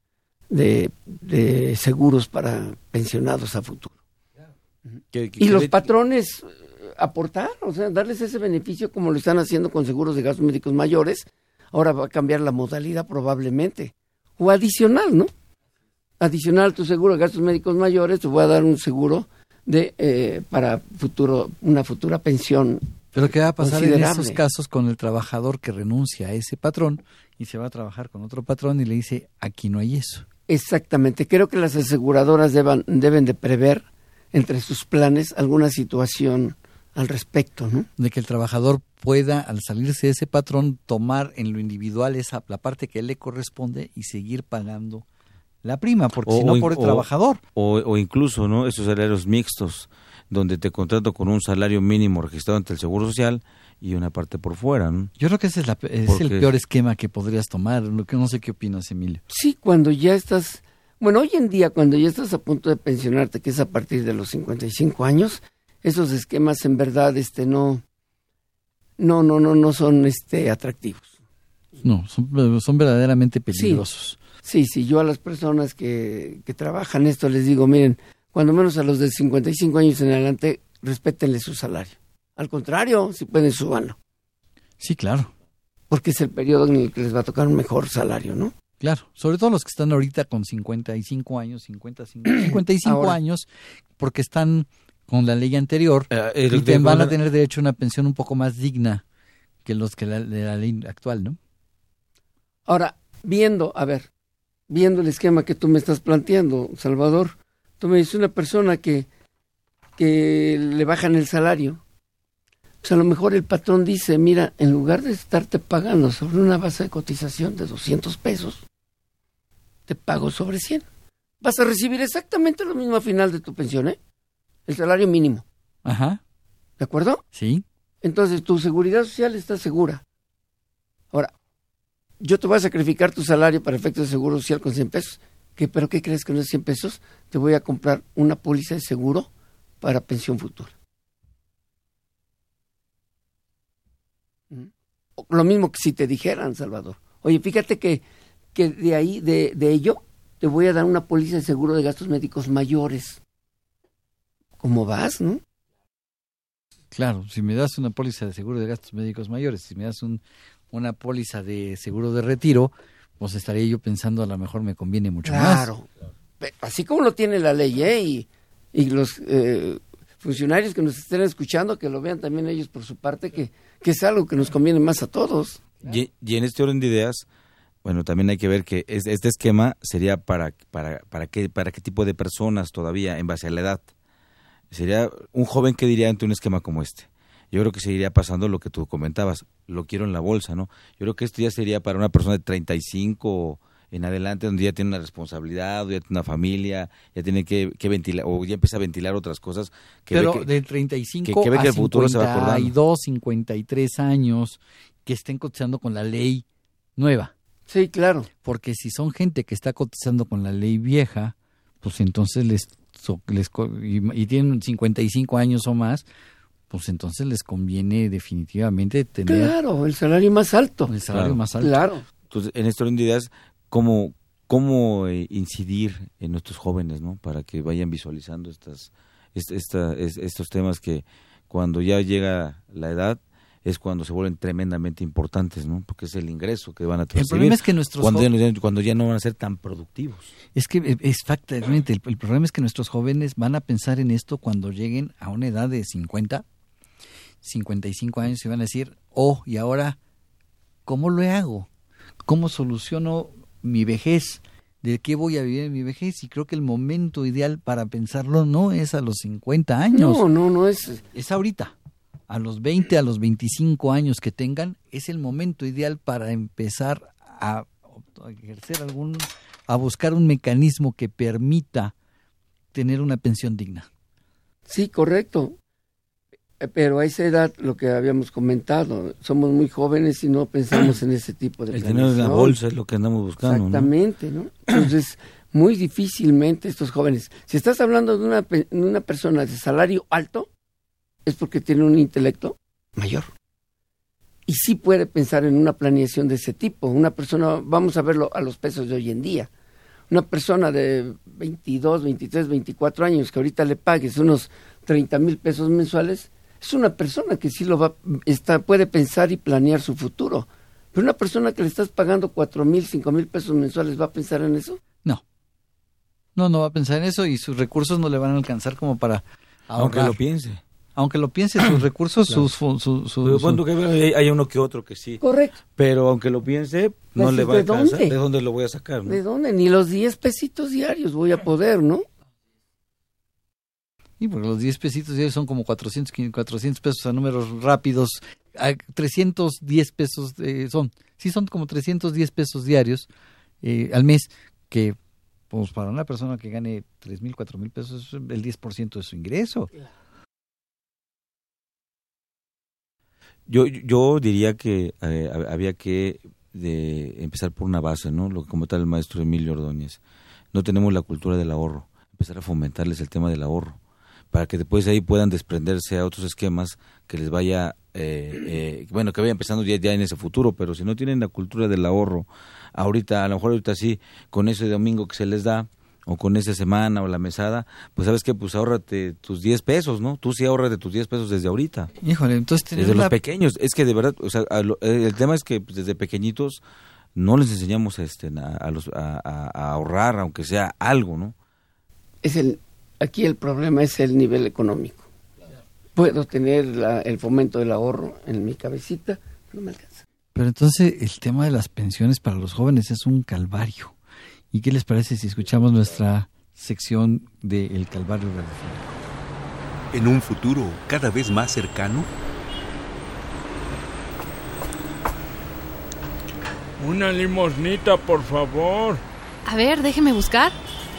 de seguros para pensionados a futuro. Y los patrones aportar, o sea, darles ese beneficio como lo están haciendo con seguros de gastos médicos mayores. Ahora va a cambiar la modalidad probablemente, o adicional, ¿no? Adicional a tu seguro de gastos médicos mayores, te voy a dar un seguro para una futura pensión. Pero ¿qué va a pasar en esos casos con el trabajador que renuncia a ese patrón y se va a trabajar con otro patrón y le dice, aquí no hay eso? Exactamente, creo que las aseguradoras deben de prever entre sus planes alguna situación al respecto, ¿no? De que el trabajador pueda, al salirse de ese patrón, tomar en lo individual la parte que le corresponde y seguir pagando la prima, porque si no por el trabajador. O incluso, ¿no?, esos salarios mixtos, donde te contrato con un salario mínimo registrado ante el Seguro Social y una parte por fuera, ¿no? Yo creo que ese es el peor esquema que podrías tomar. No sé qué opinas, Emilio. Sí, cuando ya estás Bueno, hoy en día, cuando ya estás a punto de pensionarte, que es a partir de los 55 años, esos esquemas en verdad no son atractivos. No, son verdaderamente peligrosos. Sí, yo a las personas que trabajan esto les digo, miren, cuando menos a los de 55 años en adelante, respétenle su salario. Al contrario, si pueden, súbanlo. Sí, claro. Porque es el periodo en el que les va a tocar un mejor salario, ¿no? Claro, sobre todo los que están ahorita con 55 años, 55 Ahora, años, porque están con la ley anterior y van a tener derecho a una pensión un poco más digna que los que de la ley actual, ¿no? Ahora, viendo el esquema que tú me estás planteando, Salvador, tú me dices una persona que le bajan el salario. Pues a lo mejor el patrón dice, mira, en lugar de estarte pagando sobre una base de cotización de 200 pesos, te pago sobre 100. Vas a recibir exactamente lo mismo al final de tu pensión, ¿eh? El salario mínimo. Ajá. ¿De acuerdo? Sí. Entonces, tu seguridad social está segura. Ahora, yo te voy a sacrificar tu salario para efectos de seguro social con 100 pesos. ¿Pero qué crees que no es 100 pesos? Te voy a comprar una póliza de seguro para pensión futura. Lo mismo que si te dijeran, Salvador. Oye, fíjate que de ahí, de ello, te voy a dar una póliza de seguro de gastos médicos mayores. ¿Cómo vas, no? Claro, si me das una póliza de seguro de gastos médicos mayores, si me das una póliza de seguro de retiro, pues estaría yo pensando a lo mejor me conviene mucho más. Claro, así como lo tiene la ley, y los funcionarios que nos estén escuchando, que lo vean también ellos por su parte, que es algo que nos conviene más a todos. Y en este orden de ideas, bueno, también hay que ver que este esquema sería para qué tipo de personas todavía, en base a la edad. Sería un joven que diría ante un esquema como este. Yo creo que seguiría pasando lo que tú comentabas, lo quiero en la bolsa, ¿no? Yo creo que esto ya sería para una persona de 35 en adelante, donde ya tiene una responsabilidad, ya tiene una familia, ya tiene que ventilar, o ya empieza a ventilar otras cosas. Pero de 35 a el futuro 52, 53 años, que estén cotizando con la ley nueva. Sí, claro. Porque si son gente que está cotizando con la ley vieja, pues entonces y tienen 55 años o más, pues entonces les conviene definitivamente tener... Claro, el salario más alto. El salario más alto. Claro. Entonces, en este orden de ideas, ¿cómo incidir en nuestros jóvenes, ¿no? Para que vayan visualizando estos temas que cuando ya llega la edad es cuando se vuelven tremendamente importantes, ¿no? Porque es el ingreso que van a recibir. El problema es que cuando ya no van a ser tan productivos. Es que exactamente, el problema es que nuestros jóvenes van a pensar en esto cuando lleguen a una edad de 50, 55 años y van a decir, ¿y ahora cómo lo hago? ¿Cómo soluciono mi vejez? ¿De qué voy a vivir en mi vejez? Y creo que el momento ideal para pensarlo no es a los 50 años. No es... Es ahorita. A los 20, a los 25 años que tengan, es el momento ideal para empezar a ejercer a buscar un mecanismo que permita tener una pensión digna. Sí, correcto. Pero a esa edad, lo que habíamos comentado, somos muy jóvenes y no pensamos en ese tipo de planes. El tener en la bolsa es lo que andamos buscando. Exactamente, ¿no? Entonces, muy difícilmente estos jóvenes. Si estás hablando de una persona de salario alto, es porque tiene un intelecto mayor. Y sí puede pensar en una planeación de ese tipo. Una persona, vamos a verlo a los pesos de hoy en día. Una persona de 22, 23, 24 años que ahorita le pagues unos 30,000 pesos mensuales, es una persona que sí puede pensar y planear su futuro. Pero una persona que le estás pagando 4,000, 5,000 pesos mensuales, ¿va a pensar en eso? No va a pensar en eso y sus recursos no le van a alcanzar como para ahorrar. Aunque lo piense, sus recursos, claro. Supongo que hay uno que otro que sí. Correcto. Pero aunque lo piense, no le va a alcanzar. ¿De dónde lo voy a sacar? ¿No? ¿De dónde? Ni los 10 pesitos diarios voy a poder, ¿no? Y porque los 10 pesitos diarios son como 400 pesos a números rápidos. 310 pesos son como 310 pesos diarios al mes, que pues para una persona que gane 3,000, 4,000 pesos es el 10% de su ingreso. Yo diría que había que empezar por una base, ¿no? Lo que comentaba el maestro Emilio Ordóñez. no tenemos la cultura del ahorro, empezar a fomentarles el tema del ahorro, para que después de ahí puedan desprenderse a otros esquemas que les vaya, que vaya empezando ya en ese futuro, pero si no tienen la cultura del ahorro, ahorita, a lo mejor ahorita sí, con ese domingo que se les da, o con esa semana o la mesada, pues ¿sabes qué? Pues ahórrate tus 10 pesos, ¿no? Tú sí ahórrate tus 10 pesos desde ahorita. Híjole, entonces... Desde los pequeños, es que de verdad, o sea, el tema es que pues, desde pequeñitos no les enseñamos a ahorrar, aunque sea algo, ¿no? Aquí el problema es el nivel económico. Puedo tener el fomento del ahorro en mi cabecita, no me alcanza. Pero entonces el tema de las pensiones para los jóvenes es un calvario. ¿Y qué les parece si escuchamos nuestra sección de El Calvario Radiofónico? En un futuro cada vez más cercano. Una limosnita, por favor. A ver, déjeme buscar.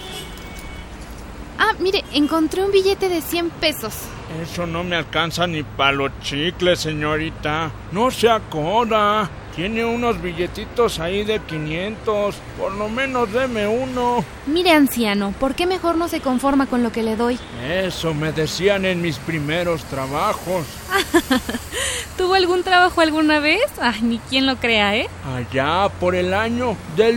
Ah, mire, encontré un billete de 100 pesos. Eso no me alcanza ni para los chicles, señorita. No se acuerda. Tiene unos billetitos ahí de 500. Por lo menos deme uno. Mire, anciano, ¿por qué mejor no se conforma con lo que le doy? Eso me decían en mis primeros trabajos. ¿Tuvo algún trabajo alguna vez? Ay, ni quien lo crea, ¿eh? Allá por el año del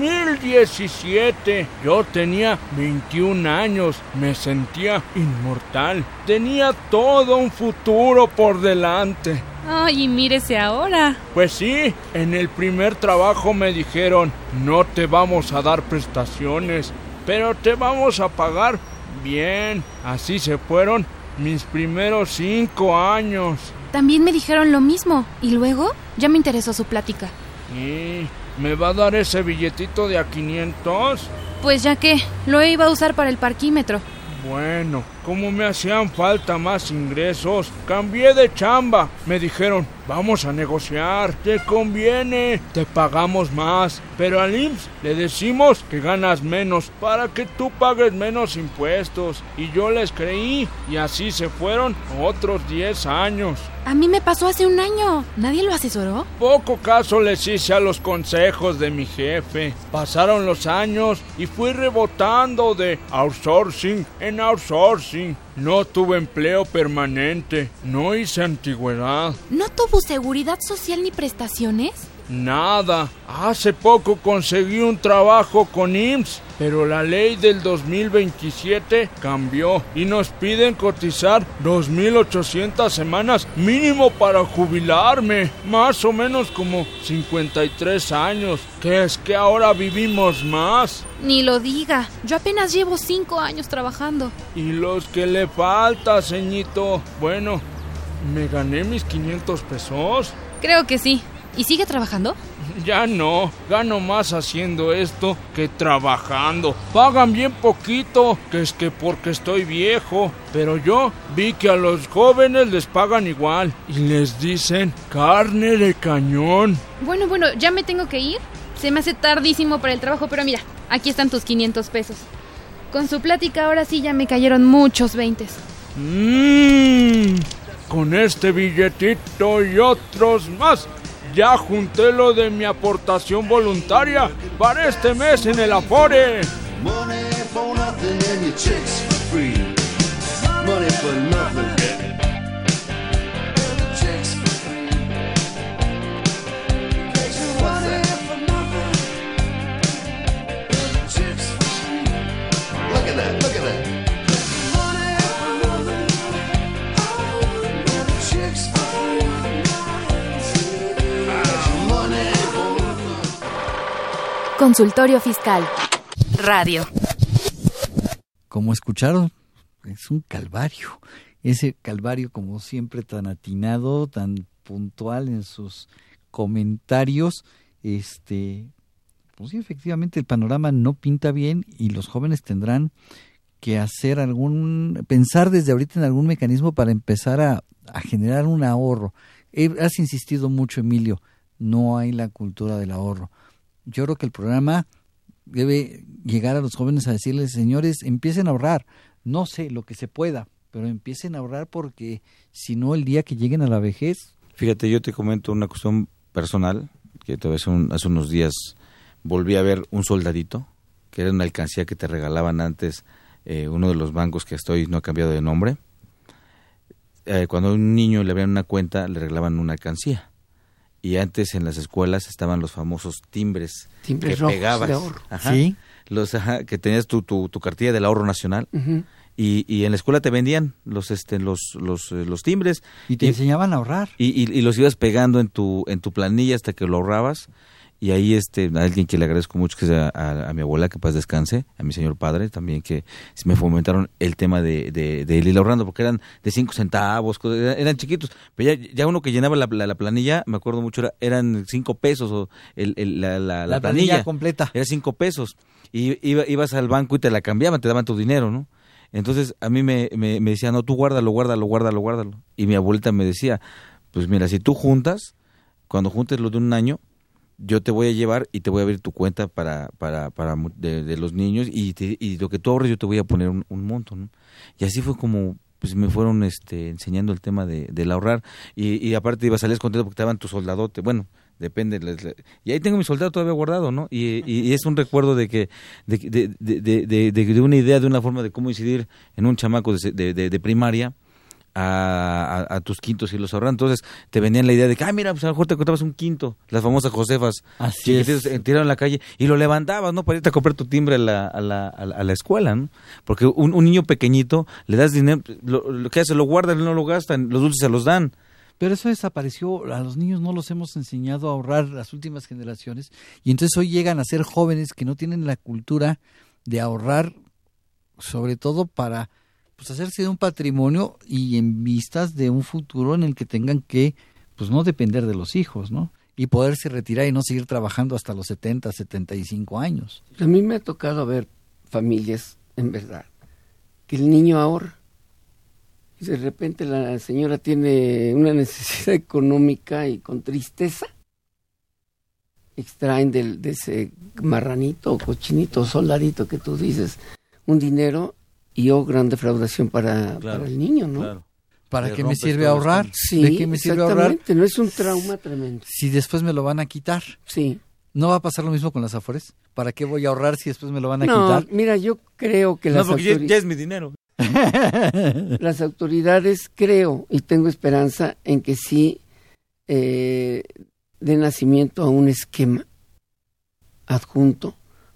2017. Yo tenía 21 años. Me sentía inmortal. Tenía todo un futuro por delante. Ay, y mírese ahora. Pues sí, en el primer trabajo me dijeron, no te vamos a dar prestaciones, pero te vamos a pagar bien. Así se fueron mis primeros 5 años. También me dijeron lo mismo. ¿Y luego? Ya me interesó su plática. ¿Y me va a dar ese billetito de a 500? Pues ya que, lo iba a usar para el parquímetro. Bueno, como me hacían falta más ingresos, cambié de chamba. Me dijeron, vamos a negociar, te conviene, te pagamos más. Pero al IMSS le decimos que ganas menos para que tú pagues menos impuestos. Y yo les creí, y así se fueron otros 10 años. A mí me pasó hace un año. ¿Nadie lo asesoró? Poco caso les hice a los consejos de mi jefe. Pasaron los años y fui rebotando de outsourcing en outsourcing. No tuve empleo permanente, no hice antigüedad. ¿No tuvo seguridad social ni prestaciones? Nada. Hace poco conseguí un trabajo con IMSS, pero la ley del 2027 cambió y nos piden cotizar 2,800 semanas mínimo para jubilarme. Más o menos como 53 años. ¿Qué es que ahora vivimos más? Ni lo diga. Yo apenas llevo 5 años trabajando. ¿Y los que le falta, ceñito? Bueno, ¿me gané mis 500 pesos? Creo que sí. ¿Y sigue trabajando? Ya no, gano más haciendo esto que trabajando. Pagan bien poquito, que es que porque estoy viejo. Pero yo vi que a los jóvenes les pagan igual y les dicen carne de cañón. Bueno, ya me tengo que ir. Se me hace tardísimo para el trabajo, pero mira, aquí están tus 500 pesos. Con su plática ahora sí ya me cayeron muchos 20. Con este billetito y otros más. Ya junté lo de mi aportación voluntaria para este mes en el Afore. Money for nothing and your chicks for free. Money for nothing. Chicks for free. Money for nothing. Chicks for free. Look at that, look at that. Money for nothing. Chicks for free. Consultorio Fiscal. Radio. Como escucharon, es un calvario. Ese calvario, como siempre, tan atinado, tan puntual en sus comentarios. Pues sí, efectivamente el panorama no pinta bien y los jóvenes tendrán que pensar desde ahorita en algún mecanismo para empezar a generar un ahorro. Has insistido mucho, Emilio, no hay la cultura del ahorro. Yo creo que el programa debe llegar a los jóvenes a decirles, señores, empiecen a ahorrar, no sé, lo que se pueda, pero empiecen a ahorrar porque si no, el día que lleguen a la vejez... Fíjate, yo te comento una cuestión personal, que hace unos días volví a ver un soldadito que era una alcancía que te regalaban antes uno de los bancos que hasta hoy no ha cambiado de nombre. Cuando a un niño le abrían una cuenta, le regalaban una alcancía. Y antes en las escuelas estaban los famosos timbres que pegabas. De ahorro. Ajá, sí. Que tenías tu cartilla del ahorro nacional. Uh-huh. Y en la escuela te vendían los timbres. Y te enseñaban a ahorrar. Y los ibas pegando en tu planilla hasta que lo ahorrabas. Y ahí a alguien que le agradezco mucho, que es a mi abuela, que paz descanse, a mi señor padre también, que me fomentaron el tema de ir ahorrando, porque eran de 5 centavos, eran chiquitos. Pero ya uno que llenaba la planilla, me acuerdo mucho, eran 5 pesos, o la planilla completa. Era 5 pesos. Y ibas al banco y te la cambiaban, te daban tu dinero, ¿no? Entonces a mí me decían, no, tú guárdalo. Y mi abuelita me decía, pues mira, si tú juntas, cuando juntes lo de un año, yo te voy a llevar y te voy a abrir tu cuenta de los niños y lo que tú ahorres yo te voy a poner un monto, ¿no? Y así fue como pues me fueron enseñando el tema del ahorrar y aparte ibas a salir contento porque te daban tu soldadote, bueno, depende, y ahí tengo mi soldado todavía guardado, ¿no? Y es un recuerdo de una idea, de una forma de cómo incidir en un chamaco de primaria a tus quintos y los ahorrar. Entonces te venían la idea de que, mira, pues a lo mejor te contabas un quinto, las famosas Josefas, chiquititos, tiraron en la calle y lo levantabas, ¿no? Para irte a comprar tu timbre a la escuela, ¿no? Porque un niño pequeñito le das dinero, lo que hace, lo guardan, no lo gastan, los dulces se los dan. Pero eso desapareció, a los niños no los hemos enseñado a ahorrar, las últimas generaciones, y entonces hoy llegan a ser jóvenes que no tienen la cultura de ahorrar, sobre todo para pues hacerse de un patrimonio y en vistas de un futuro en el que tengan que pues no depender de los hijos, ¿no? Y poderse retirar y no seguir trabajando hasta los 70, 75 años. A mí me ha tocado ver familias, en verdad, que el niño ahorra y de repente la señora tiene una necesidad económica y con tristeza extraen de ese marranito o cochinito o soldadito que tú dices un dinero y gran defraudación para el niño, ¿no? Claro. ¿Para qué me sirve ahorrar? Sí, ¿de qué me sirve ahorrar? No es un trauma tremendo. Si después me lo van a quitar. Sí. ¿No va a pasar lo mismo con las Afores? ¿Para qué voy a ahorrar si después me lo van a quitar? No, mira, yo creo que las autoridades... ya es mi dinero. Las autoridades creo y tengo esperanza en que sí den nacimiento a un esquema adjunto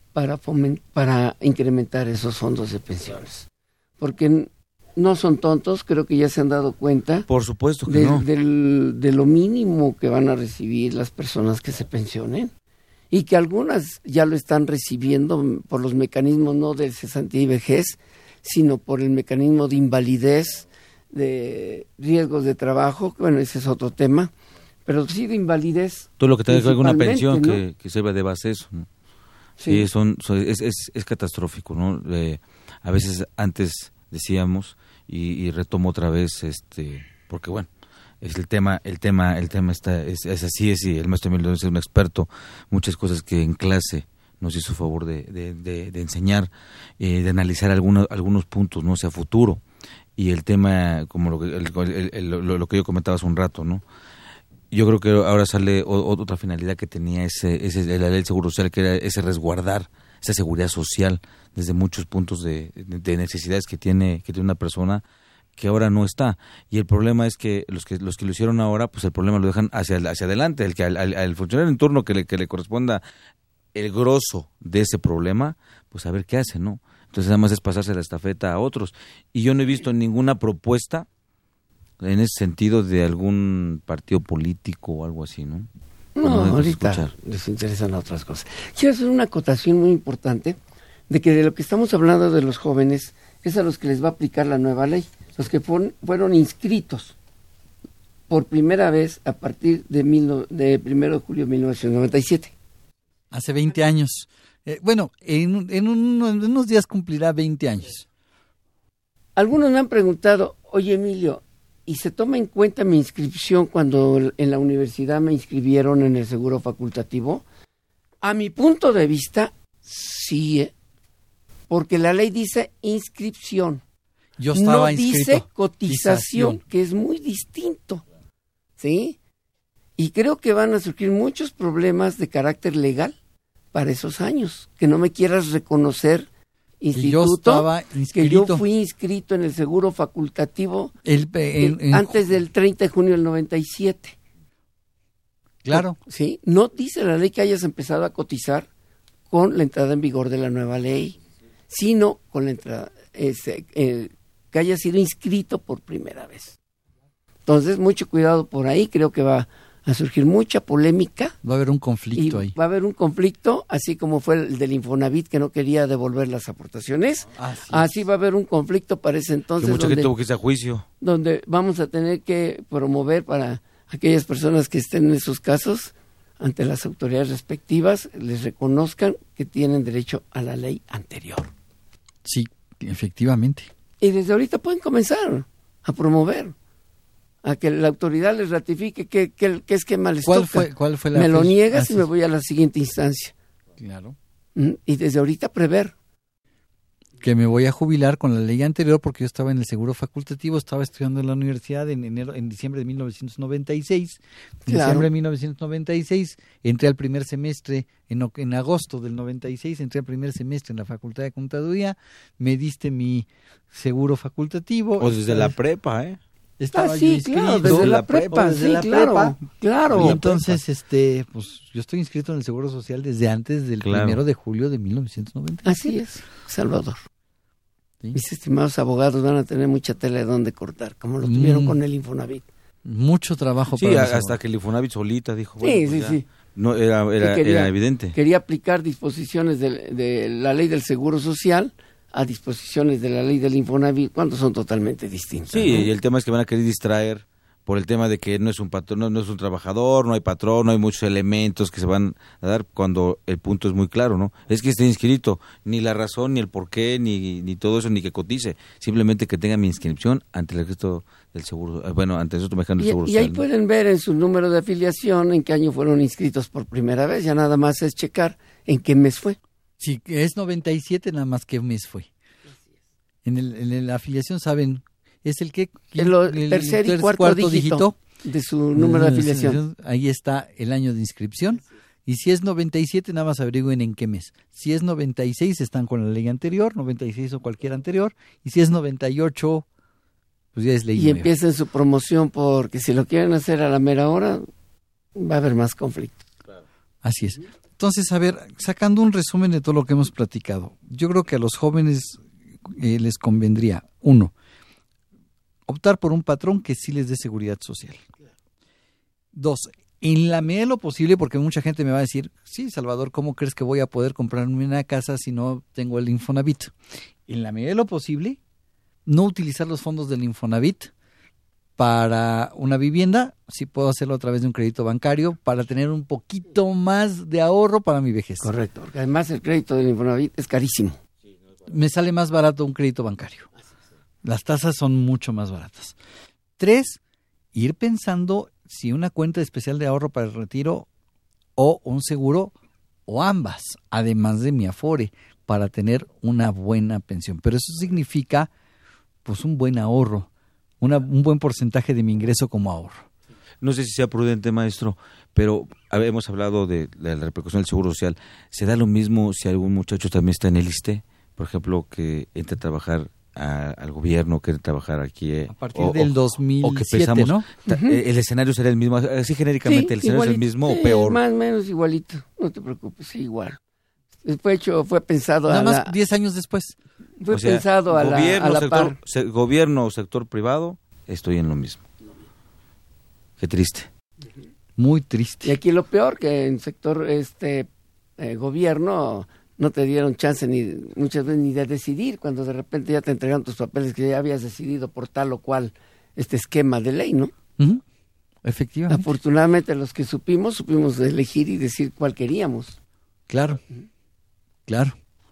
para incrementar esos fondos de pensiones. Porque no son tontos, creo que ya se han dado cuenta. Por supuesto que no. De lo mínimo que van a recibir las personas que se pensionen. Y que algunas ya lo están recibiendo por los mecanismos no de cesantía y vejez, sino por el mecanismo de invalidez, de riesgos de trabajo, bueno, ese es otro tema, pero sí de invalidez. Todo lo que tenga que ver con una pensión, ¿no? que sirva de base eso, ¿no? Sí, es catastrófico, ¿no? A veces antes decíamos, y retomo otra vez, porque bueno, es el tema está, es así, y el maestro Emilio es un experto, muchas cosas que en clase nos hizo favor de enseñar, de analizar algunos puntos, ¿no? Hacia futuro, y el tema, como lo que yo comentaba hace un rato, ¿no? Yo creo que ahora sale otra finalidad que tenía la ley del Seguro Social, que era ese resguardar esa seguridad social desde muchos puntos de necesidades que tiene una persona, que ahora no está. Y el problema es que los que lo hicieron ahora, pues el problema lo dejan hacia adelante, el que al funcionario en turno que le corresponda el grosso de ese problema, pues a ver qué hace, ¿no? Entonces nada más es pasarse la estafeta a otros. Y yo no he visto ninguna propuesta en ese sentido de algún partido político o algo así, ¿no? No, ahorita les interesan otras cosas. Quiero hacer una acotación muy importante de que de lo que estamos hablando de los jóvenes es a los que les va a aplicar la nueva ley, los que fueron inscritos por primera vez a partir de 1 de julio de 1997. Hace 20 años. Bueno, en unos días cumplirá 20 años. Algunos me han preguntado, oye Emilio, ¿y se toma en cuenta mi inscripción cuando en la universidad me inscribieron en el seguro facultativo? A mi punto de vista, sí, porque la ley dice inscripción. Yo estaba no inscrito. Dice cotización, que es muy distinto, ¿sí? Y creo que van a surgir muchos problemas de carácter legal para esos años, que no me quieras reconocer instituto, yo estaba que yo inscrito. fui inscrito en el seguro facultativo en antes del 30 de junio del 97. Claro. Sí, no dice la ley que hayas empezado a cotizar con la entrada en vigor de la nueva ley, sino con la entrada, que hayas sido inscrito por primera vez. Entonces, mucho cuidado por ahí, creo que va a surgir mucha polémica. Va a haber un conflicto ahí. Va a haber un conflicto, así como fue el del Infonavit, que no quería devolver las aportaciones. Así va a haber un conflicto para ese entonces. Que mucha gente tuvo que irse a juicio. Donde vamos a tener que promover para aquellas personas que estén en esos casos, ante las autoridades respectivas, les reconozcan que tienen derecho a la ley anterior. Sí, efectivamente. Y desde ahorita pueden comenzar a promover, a que la autoridad les ratifique qué esquema les toca. ¿Cuál fue la Me lo fecha? niegas y me voy a la siguiente instancia. Claro. Y desde ahorita prever. Que me voy a jubilar con la ley anterior porque yo estaba en el seguro facultativo, estaba estudiando en la universidad en diciembre de 1996. En Claro. diciembre de 1996 entré al primer semestre, en agosto del 96 entré al primer semestre en la Facultad de Contaduría, me diste mi seguro facultativo. O desde la prepa, ¿eh? Estaba sí, yo inscrito. claro, desde la prepa, desde sí, la claro, prepa. claro. Y entonces, pues yo estoy inscrito en el Seguro Social desde antes del 1 de julio de 1990. Así es, Salvador. ¿Sí? Mis estimados abogados van a tener mucha tela de dónde cortar, como lo tuvieron con el Infonavit. Mucho trabajo Sí, para hasta nosotros. que el Infonavit solita dijo, Sí, bueno, pues sí. no era evidente. Quería aplicar disposiciones de la ley del Seguro Social a disposiciones de la ley del Infonavit, cuando son totalmente distintas. Sí, ¿no? y el tema es que van a querer distraer por el tema de que no es un patrón, no es un trabajador, no hay patrón, no hay muchos elementos que se van a dar cuando el punto es muy claro, ¿no? Es que esté inscrito, ni la razón, ni el por qué, ni todo eso, ni que cotice, simplemente que tenga mi inscripción ante el registro del seguro, ante el Instituto Mexicano del Seguro Y Social. ahí pueden ver en su número de afiliación en qué año fueron inscritos por primera vez, ya nada más es checar en qué mes fue. Si es 97, nada más qué mes fue. En la afiliación saben, es el que el tercer y cuarto dígito de su número de afiliación. Ahí está el año de inscripción. Y si es 97, nada más averigüen en qué mes. Si es 96, están con la ley anterior, 96 o cualquier anterior. Y si es 98, pues ya es ley Y nueva. empiecen su promoción, porque si lo quieren hacer a la mera hora, va a haber más conflicto. Así es. Entonces, a ver, sacando un resumen de todo lo que hemos platicado, yo creo que a los jóvenes les convendría, 1, optar por un patrón que sí les dé seguridad social. 2, en la medida de lo posible, porque mucha gente me va a decir, sí, Salvador, ¿cómo crees que voy a poder comprarme una casa si no tengo el Infonavit? En la medida de lo posible, no utilizar los fondos del Infonavit para una vivienda, sí puedo hacerlo a través de un crédito bancario para tener un poquito más de ahorro para mi vejez. Correcto, porque además el crédito del Infonavit es carísimo. Me sale más barato un crédito bancario. Las tasas son mucho más baratas. 3, ir pensando si una cuenta especial de ahorro para el retiro o un seguro o ambas, además de mi Afore, para tener una buena pensión. Pero eso significa pues un buen ahorro, un buen porcentaje de mi ingreso como ahorro. No sé si sea prudente, maestro, pero hemos hablado de la repercusión del Seguro Social. ¿Se da lo mismo si algún muchacho también está en el ISSSTE? Por ejemplo, que entre a trabajar al gobierno, que entre a trabajar aquí. A partir del 2007, o que pensamos, ¿no? ¿El escenario será el mismo? Así genéricamente, Sí, ¿el escenario es el mismo o peor? Más o menos igualito, no te preocupes, sí, igual. Fue pensado nada más 10 años después. Fue pensado a la par. Gobierno o sector privado, estoy en lo mismo. Qué triste. Muy triste. Y aquí lo peor, que en sector gobierno no te dieron chance muchas veces ni de decidir, cuando de repente ya te entregaron tus papeles que ya habías decidido por tal o cual esquema de ley, ¿no? Uh-huh. Efectivamente. Afortunadamente los que supimos elegir y decir cuál queríamos. Claro, claro.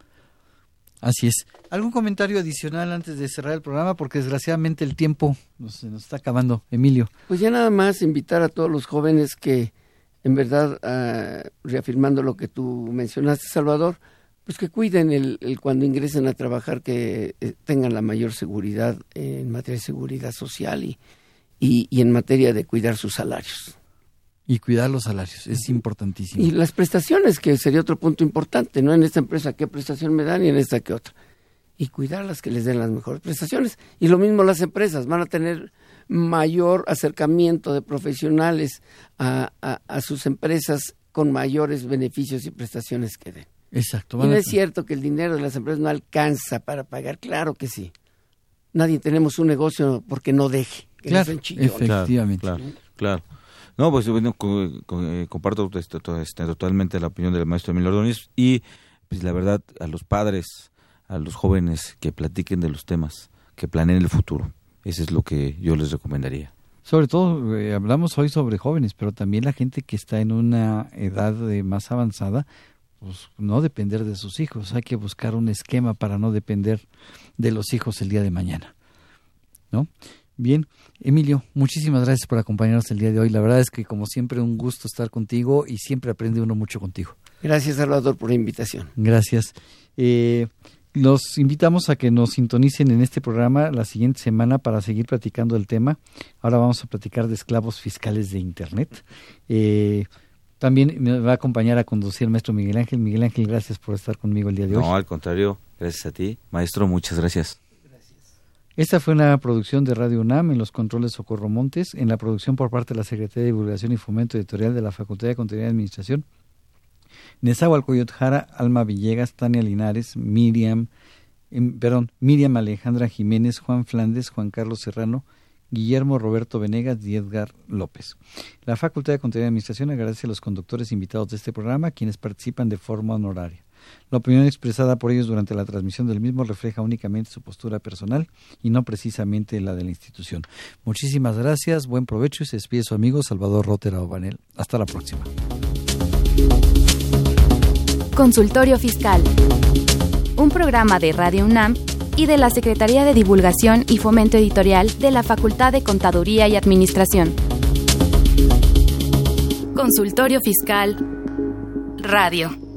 Así es. ¿Algún comentario adicional antes de cerrar el programa? Porque desgraciadamente el tiempo se nos está acabando, Emilio. Pues ya nada más invitar a todos los jóvenes que, en verdad, reafirmando lo que tú mencionaste, Salvador, pues que cuiden el cuando ingresen a trabajar, que tengan la mayor seguridad en materia de seguridad social y en materia de cuidar sus salarios. Y cuidar los salarios, es importantísimo. Y las prestaciones, que sería otro punto importante, ¿no? En esta empresa, ¿qué prestación me dan? Y en esta, ¿qué otra? Y cuidarlas, que les den las mejores prestaciones. Y lo mismo las empresas, van a tener mayor acercamiento de profesionales a sus empresas con mayores beneficios y prestaciones que den. Exacto. Y no es cierto que el dinero de las empresas no alcanza para pagar, claro que sí. Nadie tenemos un negocio porque no deje. Claro, efectivamente. Claro. No, pues bueno, comparto totalmente la opinión del maestro Emilio Ordóñez y pues la verdad a los padres, a los jóvenes que platiquen de los temas, que planeen el futuro. Eso es lo que yo les recomendaría. Sobre todo, hablamos hoy sobre jóvenes, pero también la gente que está en una edad más avanzada, pues no depender de sus hijos. Hay que buscar un esquema para no depender de los hijos el día de mañana, ¿no? Bien, Emilio, muchísimas gracias por acompañarnos el día de hoy. La verdad es que, como siempre, un gusto estar contigo y siempre aprende uno mucho contigo. Gracias, Salvador, por la invitación. Gracias. Los invitamos a que nos sintonicen en este programa la siguiente semana para seguir platicando del tema. Ahora vamos a platicar de esclavos fiscales de Internet. También me va a acompañar a conducir el maestro Miguel Ángel. Miguel Ángel, gracias por estar conmigo el día de hoy. No, al contrario, gracias a ti. Maestro, muchas gracias. Esta fue una producción de Radio UNAM, en los controles Socorro Montes, en la producción por parte de la Secretaría de Divulgación y Fomento Editorial de la Facultad de Contaduría y Administración, Nezahualcóyotl Jara, Alma Villegas, Tania Linares, Miriam Alejandra Jiménez, Juan Flandes, Juan Carlos Serrano, Guillermo Roberto Venegas y Edgar López. La Facultad de Contaduría y Administración agradece a los conductores invitados de este programa, quienes participan de forma honoraria. La opinión expresada por ellos durante la transmisión del mismo refleja únicamente su postura personal y no precisamente la de la institución. Muchísimas gracias, buen provecho y se despide su amigo Salvador Rotera Obanel. Hasta la próxima. Consultorio Fiscal, un programa de Radio UNAM y de la Secretaría de Divulgación y Fomento Editorial de la Facultad de Contaduría y Administración. Consultorio Fiscal Radio.